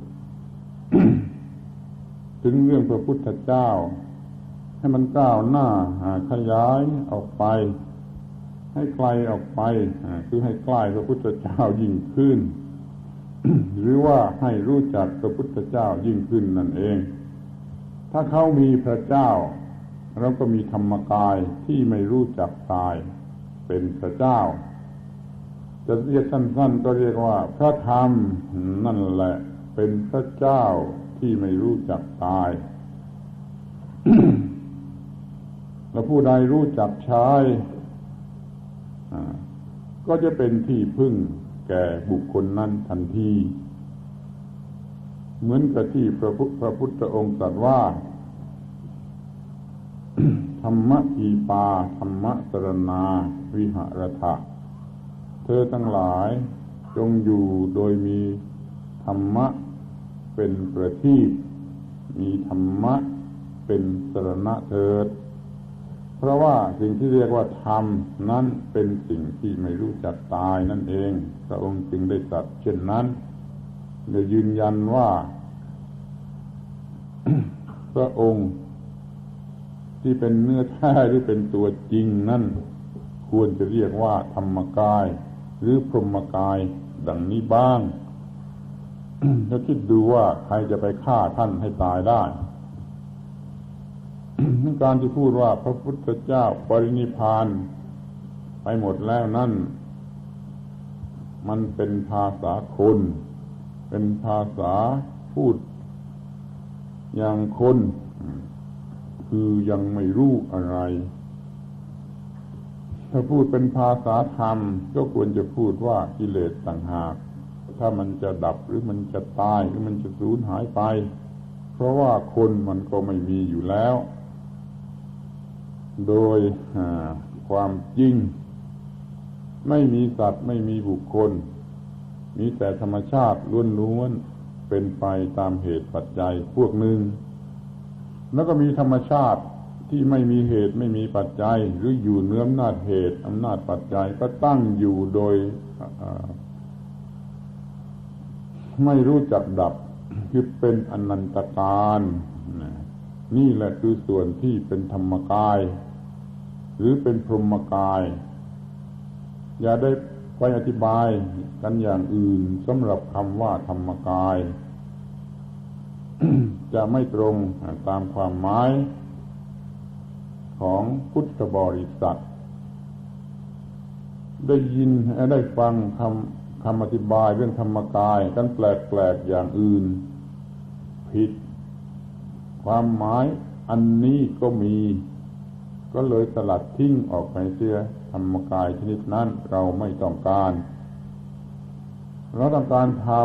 ถึงเรื่องพระพุทธเจ้าให้มันก้าวหน้าขยายออกไปให้ไกลออกไปคือให้ใกล้พระพุทธเจ้ายิ่งขึ้น หรือว่าให้รู้จักพระพุทธเจ้ายิ่งขึ้นนั่นเองถ้าเขามีพระเจ้าเราก็มีธรรมกายที่ไม่รู้จักตายเป็นพระเจ้าจะเรียกสั้นๆก็เรียกว่าพระธรรมนั่นแหละเป็นพระเจ้าที่ไม่รู้จักตาย และผู้ใดรู้จักใช้ก็จะเป็นที่พึ่งแก่บุคคลนั้นทันทีเหมือนกับที่พระพุทธองค์ตรัสว่า ธรรมะทีปาธรรมะสรณาวิหรถะเธอทั้งหลายจงอยู่โดยมีธรรมะเป็นประทีปมีธรรมะเป็นสรณะเถิดเพราะว่าสิ่งที่เรียกว่าธรรมนั้นเป็นสิ่งที่ไม่รู้จักตายนั่นเองพระองค์จึงได้ตรัสเช่นนั้นโดยยืนยันว่า พระองค์ที่เป็นเนื้อแท้หรือเป็นตัวจริงนั่นควรจะเรียกว่าธรรมกายหรือพรหมกายดังนี้บ้าง แล้วคิดดูว่าใครจะไปฆ่าท่านให้ตายได้ การที่พูดว่าพระพุทธเจ้าปรินิพพานไปหมดแล้วนั่นมันเป็นภาษาคนเป็นภาษาพูดอย่างคนคือยังไม่รู้อะไรถ้าพูดเป็นภาษาธรรมก็ควรจะพูดว่ากิเลสต่างหากถ้ามันจะดับหรือมันจะตายหรือมันจะสูญหายไปเพราะว่าคนมันก็ไม่มีอยู่แล้วโดยความจริงไม่มีสัตว์ไม่มีบุคคลมีแต่ธรรมชาติล้วนๆเป็นไปตามเหตุปัจจัยพวกหนึ่งแล้วก็มีธรรมชาติที่ไม่มีเหตุไม่มีปัจจัยหรืออยู่เหนืออำนาจเหตุอำนาจปัจจัยก็ตั้งอยู่โดยไม่รู้จักดับคือเป็นอนันตการนี่แหละคือส่วนที่เป็นธรรมกายหรือเป็นพรหมกายอย่าได้ไปอธิบายกันอย่างอื่นสำหรับคำว่าธรรมกาย จะไม่ตรงตามความหมายของพุทธบริษัทได้ยินได้ฟังคำอธิบายเรื่องธรรมกายกันแปลกๆอย่างอื่นผิดความหมายอันนี้ก็มีก็เลยสลัดทิ้งออกไปเสียธรรมกายชนิดนั้นเราไม่ต้องการเราต้องการธรรม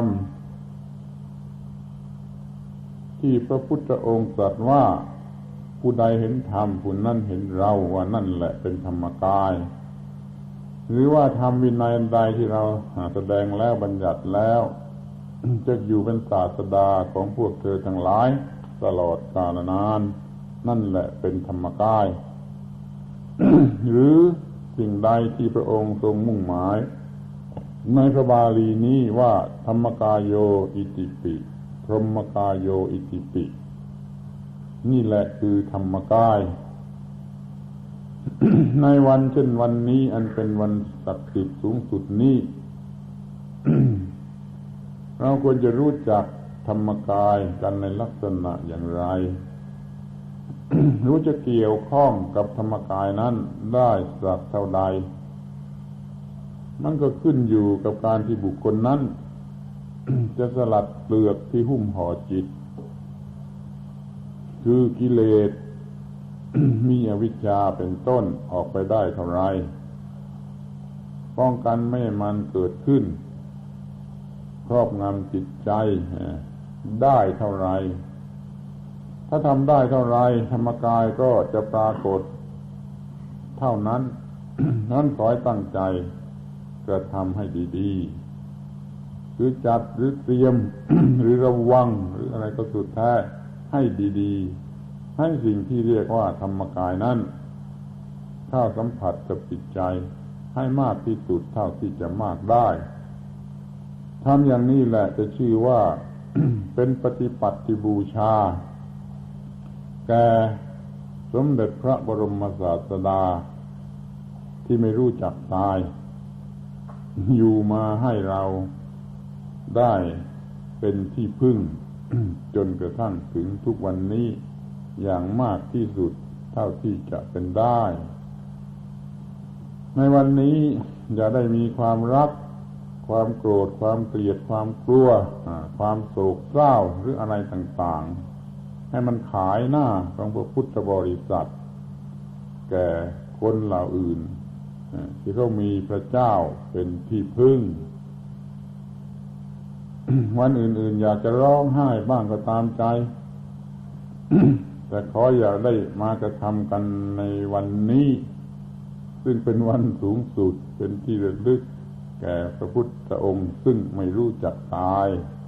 ที่พระพุทธองค์ตรัสว่าผู้ใดเห็นธรรมผู้นั้นเห็นเราว่านั่นแหละเป็นธรรมกายหรือว่าธรรมวินัยใดที่เราแสดงแล้วบัญญัติแล้ว จะอยู่เป็นศาสดาของพวกเธอทั้งหลายตลอดกาลนานนั่นแหละเป็นธรรมกาย หรือสิ่งใดที่พระองค์ทรงมุ่งหมายในพระบาลีนี้ว่าธรรมกายโยอิติปิพรหมกายโยอิติปินี่แหละคือธรรมกาย ในวันเช่นวันนี้อันเป็นวันศักดิ์สิทธิ์สูงสุดนี้ เราควรจะรู้จักธรรมกายกันในลักษณะอย่างไร รู้จะเกี่ยวข้องกับธรรมกายนั้นได้สักเท่าใดมันก็ขึ้นอยู่กับการที่บุคคลนั้น จะสลัดเปลือกที่หุ้มห่อจิตคือกิเลส มีอวิชชาเป็นต้นออกไปได้เท่าไรป้องกันไม่ให้มันเกิดขึ้นครอบงำจิตใจได้เท่าไรถ้าทำได้เท่าไรธรรมกายก็จะปรากฏเท่านั้น นั้นขอให้ตั้งใจกระทำให้ดีๆคือจัดหรือเตรียม หรือระวังหรืออะไรก็สุดแท้ให้ดีๆให้สิ่งที่เรียกว่าธรรมกายนั้นเข้าสัมผัสกับจิตใจให้มากที่สุดเท่าที่จะมากได้ทำอย่างนี้แหละจะชื่อว่า เป็นปฏิปัติบูชาแก่สมเด็จพระบรมศาสดาที่ไม่รู้จักตายอยู่มาให้เราได้เป็นที่พึ่ง จนกระทั่งถึงทุกวันนี้อย่างมากที่สุดเท่าที่จะเป็นได้ในวันนี้อย่าได้มีความรักความโกรธความเกลียดความกลัวความโศกเศร้าหรืออะไรต่างๆให้มันขายหน้าของพระพุทธบริษัทแก่คนเหล่าอื่นที่เขามีพระเจ้าเป็นที่พึ่ง วันอื่นๆอยากจะร้องไห้บ้างก็ตามใจ แต่ขออย่าได้มากระทำกันในวันนี้ซึ่งเป็นวันสูงสุดเป็นที่ระลึกแก่พระพุทธองค์ซึ่งไม่รู้จักตาย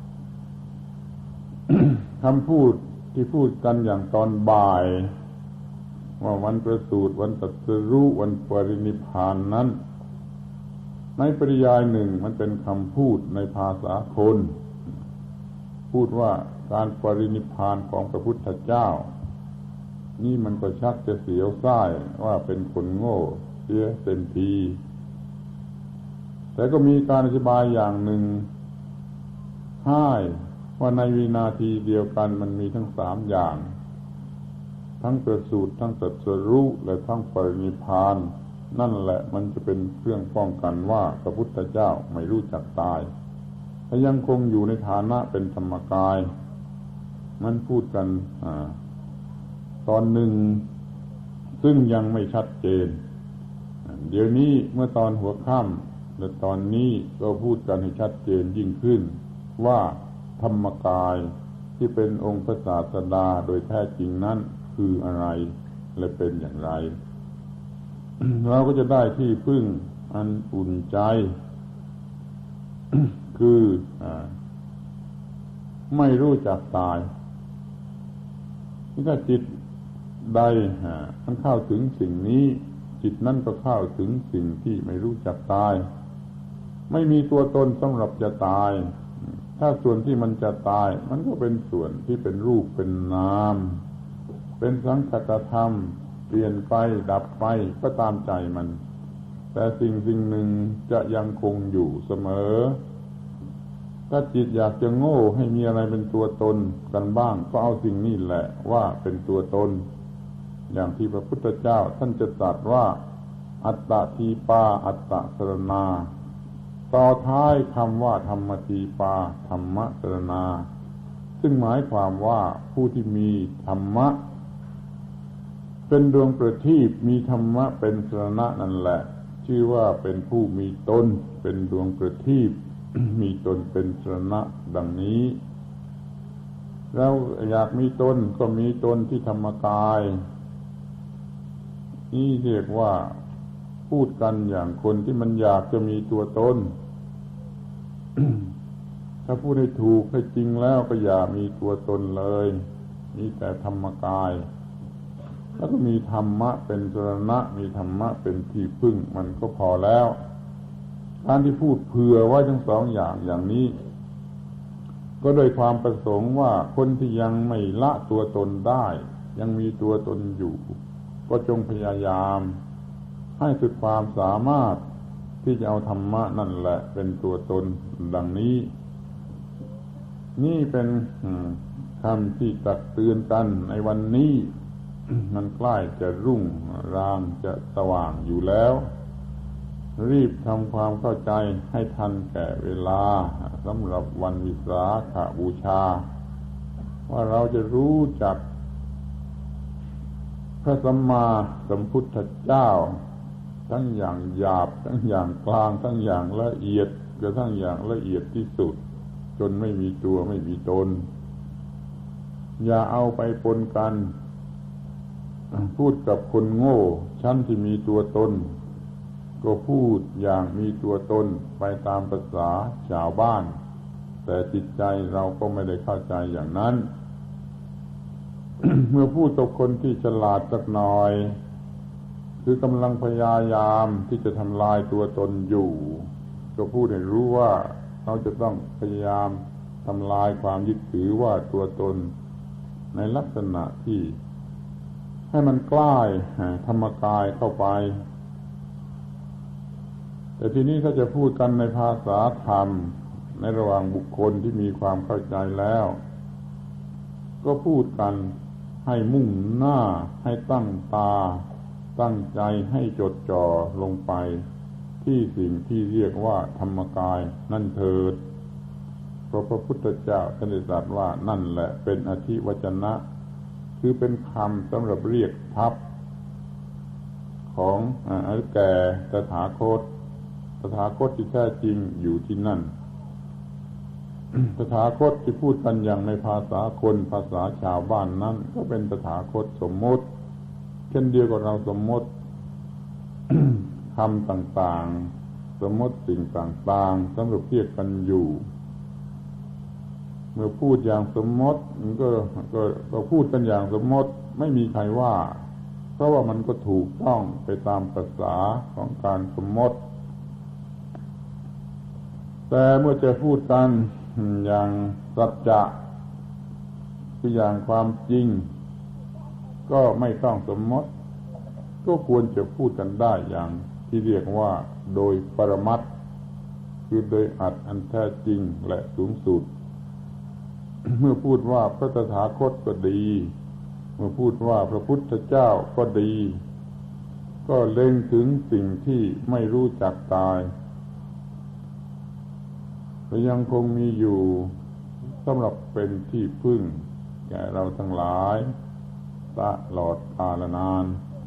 คำพูดที่พูดกันอย่างตอนบ่ายว่าวันประสูติวันตรัสรู้วันปรินิพพานนั้นในปริยายหนึ่งมันเป็นคำพูดในภาษาคนพูดว่าการปรินิพพานของพระพุทธเจ้านี่มันก็ชักจะเสียวไส้ว่าเป็นคนโง่เสียเต็มทีแต่ก็มีการอธิบายอย่างหนึ่งให้ว่าในวินาทีเดียวกันมันมีทั้งสามอย่างทั้งประสูติทั้งตรัสรู้และทั้งปรินิพพานนั่นแหละมันจะเป็นเครื่องป้องกันว่าพระพุทธเจ้าไม่รู้จักตายและยังคงอยู่ในฐานะเป็นธรรมกายมันพูดกันตอนหนึ่งซึ่งยังไม่ชัดเจนเดี๋ยวนี้เมื่อตอนหัวค่ำและตอนนี้ก็พูดกันให้ชัดเจนยิ่งขึ้นว่าธรรมกายที่เป็นองค์พระศาสดาโดยแท้จริงนั้นคืออะไรและเป็นอย่างไร เราก็จะได้ที่พึ่งอันอุ่นใจ คือไม่รู้จักตายถ้าจิตใดมันเข้าถึงสิ่งนี้จิตนั้นก็เข้าถึงสิ่งที่ไม่รู้จักตายไม่มีตัวตนสำหรับจะตายถ้าส่วนที่มันจะตายมันก็เป็นส่วนที่เป็นรูปเป็นนามเป็นสังคตธรรมเปลี่ยนไปดับไปก็ตามใจมันแต่สิ่งหนึ่งจะยังคงอยู่เสมอถ้าจิตอยากจะโง่ให้มีอะไรเป็นตัวตนกันบ้างก็เอาสิ่งนี้แหละว่าเป็นตัวตนอย่างที่พระพุทธเจ้าท่านจะตรัสว่าอัตตทีปาอัตตสรณาต่อท้ายคำว่าธรรมทีปาธรรมสรณาซึ่งหมายความว่าผู้ที่มีธรรมะเป็นดวงประทีปมีธรรมะเป็นสรณะนั่นแหละชื่อว่าเป็นผู้มีตนเป็นดวงประทีป มีตนเป็นสรณะดังนี้แล้วอยากมีตนก็มีตนที่ธรรมกายนี่เรียกว่าพูดกันอย่างคนที่มันอยากจะมีตัวตน ถ้าพูดให้ถูกให้จริงแล้วก็อย่ามีตัวตนเลยมีแต่ธรรมกายแล้วก็มีธรรมะเป็นสรณะมีธรรมะเป็นที่พึ่งมันก็พอแล้วการที่พูดเผื่อไว้ทั้งสองอย่างนี้ก็โดยความประสงค์ว่าคนที่ยังไม่ละตัวตนได้ยังมีตัวตนอยู่ก็จงพยายามให้สุดความสามารถที่จะเอาธรรมะนั่นแหละเป็นตัวตนดังนี้นี่เป็นคำที่ตักเตือนกันในวันนี้ มันใกล้จะรุ่งรางจะสว่างอยู่แล้วรีบทำความเข้าใจให้ทันแก่เวลาสำหรับวันวิสาขบูชาว่าเราจะรู้จักพระสัมมาสัมพุทธเจ้าทั้งอย่างหยาบทั้งอย่างกลางทั้งอย่างละเอียดกระทั่งอย่างละเอียดที่สุดจนไม่มีตัวไม่มีตนอย่าเอาไปปนกันพูดกับคนโง่ชั้นที่มีตัวตนก็พูดอย่างมีตัวตนไปตามภาษาชาวบ้านแต่จิตใจเราก็ไม่ได้เข้าใจอย่างนั้น เมื่อพูดกับคนที่ฉลาดสักหน่อยคือกำลังพยายามที่จะทำลายตัวตนอยู่ก็พูดให้รู้ว่าเราจะต้องพยายามทำลายความยึดถือว่าตัวตนในลักษณะที่ให้มันใกล้ธรรมกายเข้าไปแต่ทีนี้ถ้าจะพูดกันในภาษาธรรมในระหว่างบุคคลที่มีความเข้าใจแล้วก็พูดกันให้มุ่งหน้าให้ตั้งตาตั้งใจให้จดจ่อลงไปที่สิ่งที่เรียกว่าธรรมกายนั่นเถิดเพราะพระพุทธเจ้าท่านได้ตรัสว่านั่นแหละเป็นอธิวจนะคือเป็นคำสำหรับเรียกทัพของแก่ตถาคตที่แท้จริงอยู่ที่นั่น ตถาคตที่พูดกันอย่างในภาษาคนภาษาชาวบ้านนั้นก็เป็นตถาคตสมมติเช่นเดียวกับเราสมมติ คำต่างๆสมมติสิ่งต่างๆสำหรับเรียกกันอยู่เมื่อพูดอย่างสมมติมันก็พูดกันอย่างสมมติไม่มีใครว่าเพราะว่ามันก็ถูกต้องไปตามภาษาของการสมมติแต่เมื่อจะพูดกันอย่างสัจจะคืออย่างความจริงก็ไม่ต้องสมมติก็ควรจะพูดกันได้อย่างที่เรียกว่าโดยปรมัตถ์คือโดยอัดอันแท้จริงและสูงสุด เมื่อพูดว่าพระตถาคตก็ดีเมื่อพูดว่าพระพุทธเจ้าก็ดีก็เล็งถึงสิ่งที่ไม่รู้จักตายและยังคงมีอยู่สำหรับเป็นที่พึ่งแก่เราทั้งหลายตลอดกาลนาน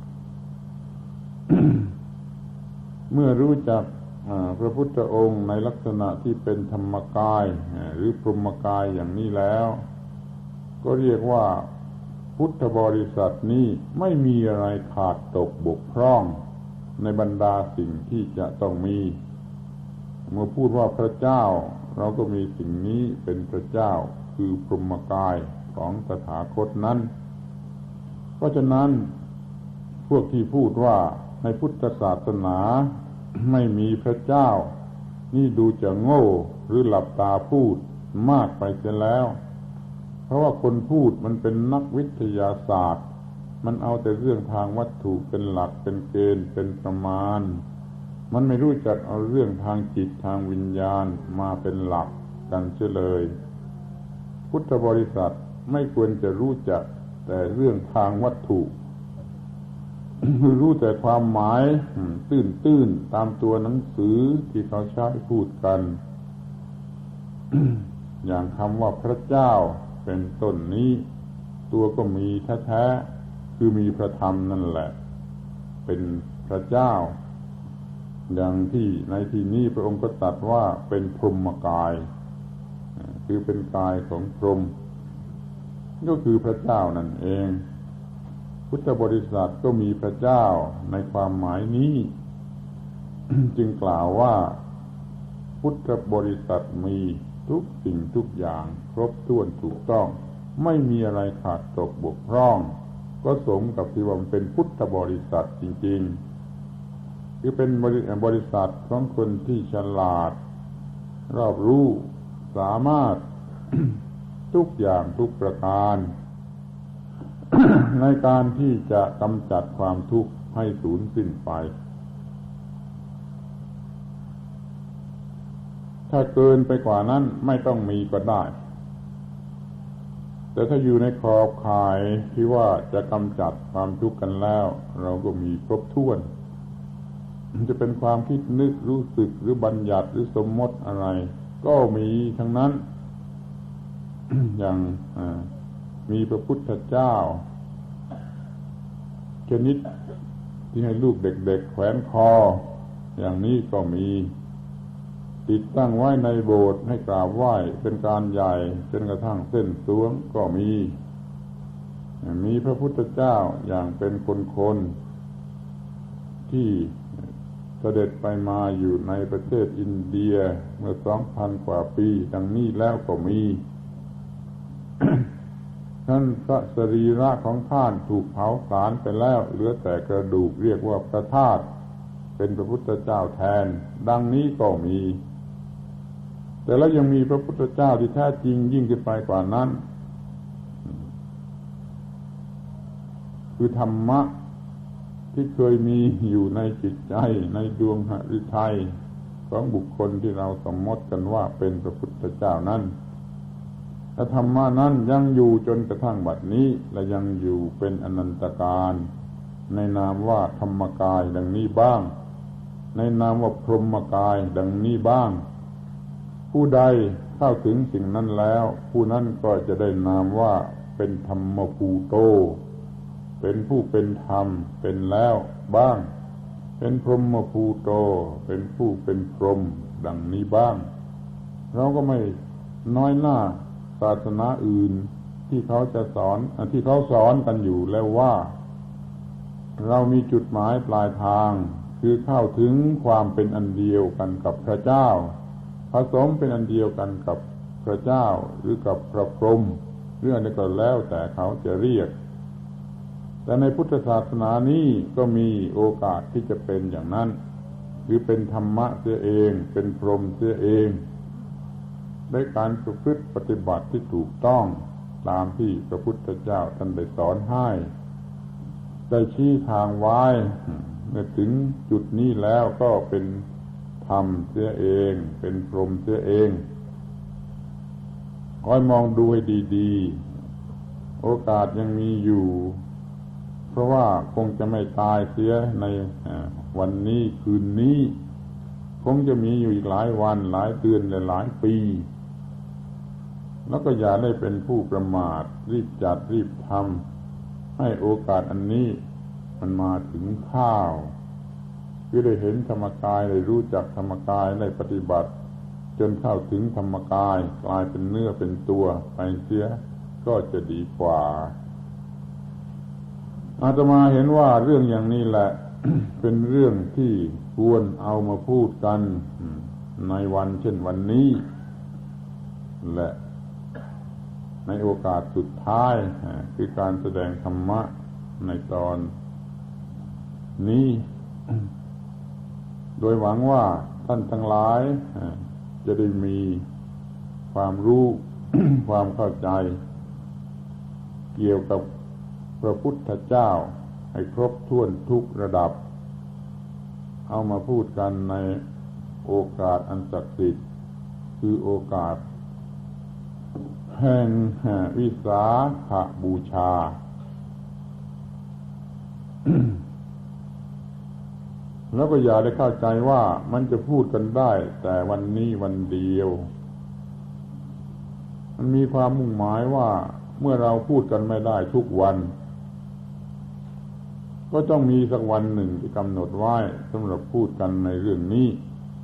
เมื่อรู้จักพระพุทธองค์ในลักษณะที่เป็นธรรมกายหรือพรหมกายอย่างนี้แล้วก็เรียกว่าพุทธบริษัทนี้ไม่มีอะไรขาดตกบกพร่องในบรรดาสิ่งที่จะต้องมีเมื่อพูดว่าพระเจ้าเราก็มีสิ่งนี้เป็นพระเจ้าคือพรหมกายของตถาคตนั้นเพราะฉะนั้นพวกที่พูดว่าในพุทธศาสนาไม่มีพระเจ้านี่ดูจะโง่หรือหลับตาพูดมากไปเสียแล้วเพราะว่าคนพูดมันเป็นนักวิทยาศาสตร์มันเอาแต่เรื่องทางวัตถุเป็นหลักเป็นเกณฑ์เป็นประมาณมันไม่รู้จักเอาเรื่องทางจิตทางวิญญาณมาเป็นหลักกันเสียเลยพุทธบริษัทไม่ควรจะรู้จักแต่เรื่องทางวัตถุ รู้แต่ความหมายตื้นๆตามตัวหนังสือที่เขาใช้พูดกัน อย่างคำว่าพระเจ้าเป็นต้นนี้ตัวก็มีแท้ๆคือมีพระธรรมนั่นแหละเป็นพระเจ้าอย่างที่ในที่นี้พระองค์ก็ตรัสว่าเป็นพรหมกายคือเป็นกายของพรหมก็คือพระเจ้านั่นเองพุทธบริษัทก็มีพระเจ้าในความหมายนี้ จึงกล่าวว่าพุทธบริษัทมีทุกสิ่งทุกอย่างครบถ้วนถูกต้องไม่มีอะไรขาดตกบกพร่องก็สมกับที่ว่ามันเป็นพุทธบริษัทจริงๆคือเป็นบริษัทของคนที่ฉลาดรอบรู้สามารถ ทุกอย่างทุกประการ ในการที่จะกำจัดความทุกข์ให้สูญสิ้นไปถ้าเกินไปกว่านั้นไม่ต้องมีก็ได้แต่ถ้าอยู่ในขอบข่ายที่ว่าจะกำจัดความทุกข์กันแล้วเราก็มีครบถ้วนจะเป็นความคิดนึกรู้สึกหรือบัญญัติหรือสมมติอะไรก็มีทั้งนั้น อย่างมีพระพุทธเจ้าชนิดที่ให้ลูกเด็กๆแขวนคออย่างนี้ก็มีติดตั้งไว้ในโบสถ์ให้กราบไหว้เป็นการใหญ่จนกระทั่งเส้นสวงก็มีพระพุทธเจ้าอย่างเป็นคนๆที่เสด็จไปมาอยู่ในประเทศอินเดียเมื่อ 2,000 กว่าปีดังนี้แล้วก็มี ท่านพระสรีระของท่านถูกเผาผลาญไปแล้วเหลือแต่กระดูกเรียกว่าพระธาตุเป็นพระพุทธเจ้าแทนดังนี้ก็มีแต่แล้วยังมีพระพุทธเจ้าที่แท้จริงยิ่งขึ้นไปกว่านั้นคือธรรมะที่เคยมีอยู่ในจิตใจในดวงหฤทัยของบุคคลที่เราสมมติกันว่าเป็นพระพุทธเจ้านั้นและธรรมะนั้นยังอยู่จนกระทั่งบัดนี้และยังอยู่เป็นอนันตกาลในนามว่าธรรมกายดังนี้บ้างในนามว่าพรหมกายดังนี้บ้างผู้ใดเข้าถึงสิ่งนั้นแล้วผู้นั้นก็จะได้นามว่าเป็นธรรมภูโตเป็นผู้เป็นธรรมเป็นแล้วบ้างเป็นพรหมภูโตเป็นผู้เป็นพรหมดังนี้บ้างเราก็ไม่น้อยหน้าศาสนาอื่นที่เขาจะสอนที่เขาสอนกันอยู่แล้วว่าเรามีจุดหมายปลายทางคือเข้าถึงความเป็นอันเดียวกันกับพระเจ้าผสมเป็นอันเดียวกันกับพระเจ้าหรือกับพระพรหมเรื่องนี้ก็แล้วแต่เขาจะเรียกแต่ในพุทธศาสนานี้ก็มีโอกาสที่จะเป็นอย่างนั้นหรือเป็นธรรมะเสียเองเป็นพรหมเสียเองด้วยการประพฤติปฏิบัติที่ถูกต้องตามที่พระพุทธเจ้าท่านได้สอนให้ได้ชี้ทางไว้เมื่อถึงจุดนี้แล้วก็เป็นธรรมเสียเองเป็นพรหมเสียเองคอยมองดูให้ดีๆโอกาสยังมีอยู่เพราะว่าคงจะไม่ตายเสียในวันนี้คืนนี้คงจะมีอยู่อีกหลายวันหลายเดือนและหลายปีแล้วก็อย่าได้เป็นผู้ประมาทรีบจัดรีบทำให้โอกาสอันนี้มันมาถึงข้าวคือได้เห็นธรรมกายได้รู้จักธรรมกายได้ปฏิบัติจนเข้าถึงธรรมกายกลายเป็นเนื้อเป็นตัวไปเสียก็จะดีกว่าอาตมาเห็นว่าเรื่องอย่างนี้แหละ เป็นเรื่องที่ควรเอามาพูดกันในวันเช่นวันนี้และในโอกาสสุดท้ายคือการแสดงธรรมะในตอนนี้ โดยหวังว่าท่านทั้งหลายจะได้มีความรู้ ความเข้าใจเกี่ยวกับพระพุทธเจ้าให้ครบถ้วนทุกระดับเอามาพูดกันในโอกาสอันศักดิ์สิทธิ์คือโอกาสแห่งวิสาขบูชา แล้วก็อย่าได้เข้าใจว่ามันจะพูดกันได้แต่วันนี้วันเดียวมันมีความมุ่งหมายว่าเมื่อเราพูดกันไม่ได้ทุกวันก็ต้องมีสักวันหนึ่งที่กำหนดไว้สำหรับพูดกันในเรื่องนี้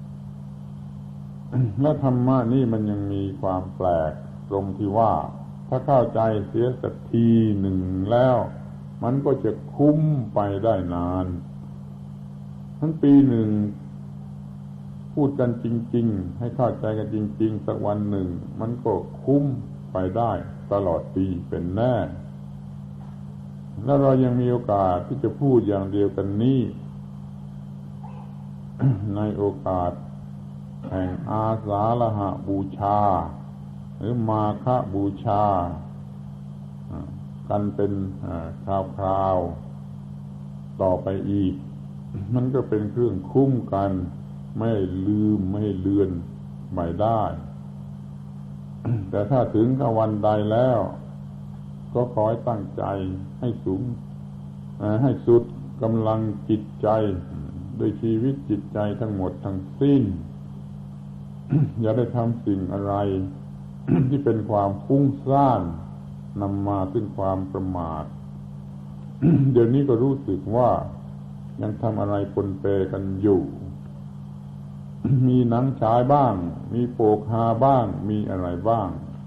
และธรรมะนี่มันยังมีความแปลกตรงที่ว่าถ้าเข้าใจเสียสักทีหนึ่งแล้วมันก็จะคุ้มไปได้นานทั้งปีหนึ่งพูดกันจริงๆให้เข้าใจกันจริงๆสักวันหนึ่งมันก็คุ้มไปได้ตลอดปีเป็นแน่แล้วเรายังมีโอกาสที่จะพูดอย่างเดียวกันนี้ ในโอกาสแห่งอาสาฬหบูชาหรือมาฆบูชากันเป็นคราวๆต่อไปอีกมันก็เป็นเครื่องคุ้มกันไม่ลืมไม่เลือนไม่ได้ แต่ถ้าถึงวันใดแล้วก็ขอให้ตั้งใจให้สูงให้สุดกำลังจิตใจด้วยชีวิตจิตใจทั้งหมดทั้งสิ้น อย่าได้ทำสิ่งอะไร ที่เป็นความฟุ้งซ่านนำมาซึ่งความประมาท เดี๋ยวนี้ก็รู้สึกว่ายังทำอะไรปนเปกันอยู่ มีหนังฉายบ้างมีโปกฮาบ้างมีอะไรบ้าง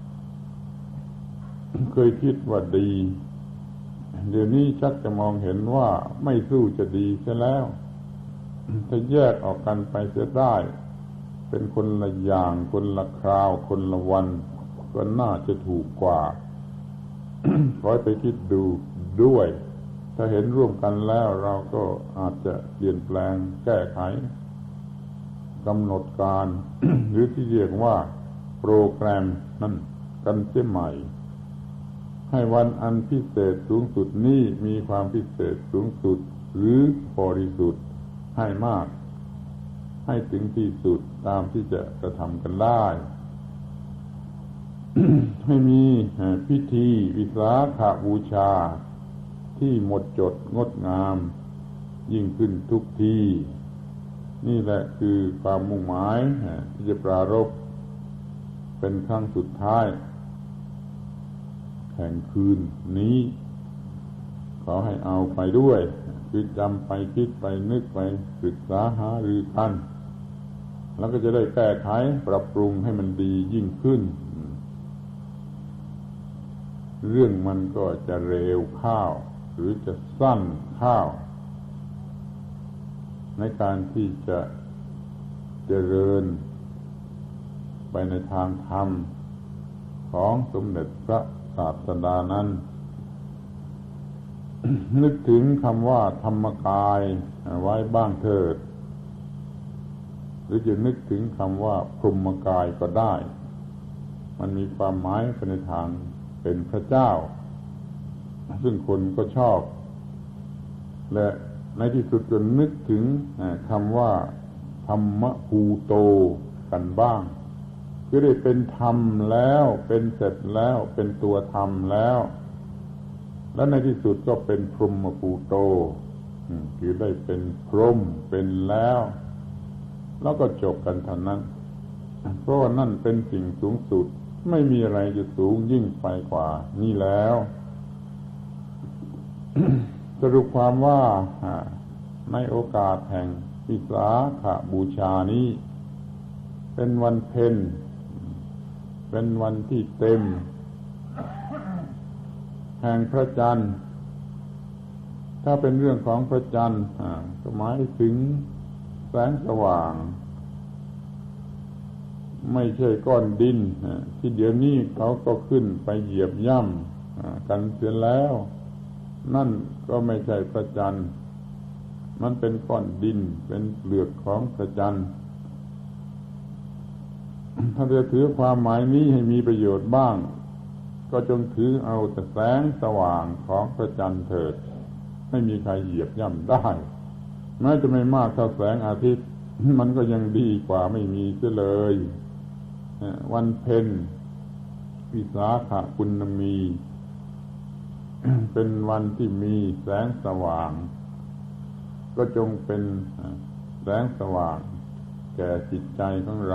เคยคิดว่าดีเดี๋ยวนี้ชักจะมองเห็นว่าไม่สู้จะดีเสียแล้วถ้าแยกออกกันไปเสียได้เป็นคนละอย่างคนละคราวคนละวันก็น่าจะถูกกว่า ขอไปคิดดูด้วยถ้าเห็นร่วมกันแล้วเราก็อาจจะเปลี่ยนแปลงแก้ไขกำหนดการ หรือที่เรียกว่าโปรแกรมนั่นกันเสียใหม่ให้วันอันพิเศษสูงสุดนี้มีความพิเศษสูงสุดหรือบริสุทธิ์ให้มากให้ถึงที่สุดตามที่จะกระทำกันได้ ให้มีพิธีวิสาขบูชาที่หมดจดงดงามยิ่งขึ้นทุกทีนี่แหละคือความมุ่งหมายที่จะปรารภเป็นครั้งสุดท้ายแห่งคืนนี้ขอให้เอาไปด้วยคือจำไปคิดไปนึกไปศึกษาหารือกันแล้วก็จะได้แก้ไขปรับปรุงให้มันดียิ่งขึ้นเรื่องมันก็จะเร็วข้าวหรือจะสั้นข้าวในการที่จะเจริญไปในทางธรรมของสมเด็จพระศาสดานั้น นึกถึงคำว่าธรรมกายไว้บ้างเถิดหรือจะนึกถึงคำว่าพรหมกายก็ได้มันมีความหมายไปในทางเป็นพระเจ้าซึ่งคนก็ชอบและในที่สุดก็นึกถึงคำว่าธรรมภูโตกันบ้างคือได้เป็นธรรมแล้วเป็นเสร็จแล้วเป็นตัวธรรมแล้วและในที่สุดก็เป็นพรหมภูโตคือได้เป็นพรหมเป็นแล้วก็จบกันเท่านั้นเพราะว่านั่นเป็นสิ่งสูงสุดไม่มีอะไรจะสูงยิ่งไปกว่านี่แล้ว สรุปความว่าในโอกาสแห่งวิสาขบูชานี้เป็นวันเพ็ญเป็นวันที่เต็มแห่งพระจันทร์ถ้าเป็นเรื่องของพระจันทร์ก็หมายถึงแสงสว่างไม่ใช่ก้อนดินที่เดี๋ยวนี้เขาก็ขึ้นไปเหยียบย่ำกันเสียแล้วนั่นก็ไม่ใช่พระจันทร์มันเป็นก้อนดินเป็นเปลือกของพระจันทร์ถ้าจะถือความหมายนี้ให้มีประโยชน์บ้างก็จงถือเอาแต่แสงสว่างของพระจันทร์เถิดไม่มีใครเหยียบย่ำได้แม้จะไม่มากเท่าแสงอาทิตย์มันก็ยังดีกว่าไม่มีเสียเลยวันเพ็ญวิสาขปุณมี เป็นวันที่มีแสงสว่างก็จงเป็นแสงสว่างแก่จิตใจของเรา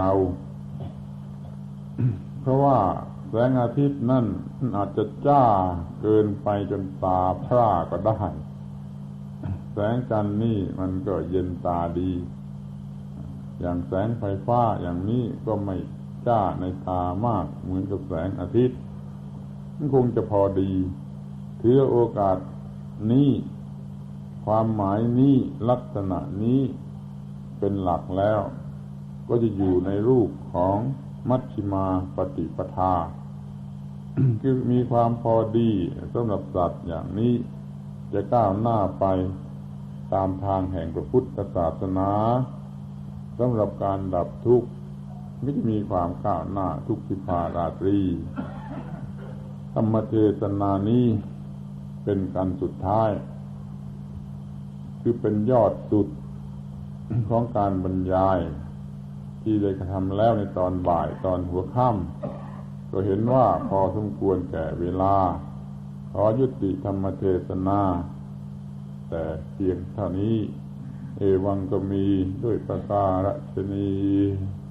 เพราะว่าแสงอาทิตย์นั่นอาจจะจ้าเกินไปจนตาพร่าก็ได้แสงจันทร์นี่มันก็เย็นตาดีอย่างแสงไฟฟ้าอย่างนี้ก็ไม่จ้าในตามากเหมือนกับแสงอาทิตย์มันคงจะพอดีถือโอกาสนี้ความหมายนี้ลักษณะนี้เป็นหลักแล้วก็จะอยู่ในรูปของมัชฌิมาปฏิปทา คือมีความพอดีสำหรับสัตว์อย่างนี้จะก้าวหน้าไปตามทางแห่งพระพุทธศาสนาสำหรับการดับทุกข์ไม่จะมีความก้าวหน้าทุกสิภาราตรีธรรมเทศนานี้เป็นการสุดท้ายคือเป็นยอดสุดของการบรรยายที่ได้กระทำแล้วในตอนบ่ายตอนหัวค่ำก็เห็นว่าพอสมควรแก่เวลาขอยุติธรรมเทศนาแต่เพียงเท่านี้เอวังก็มีด้วยประการฉะนี้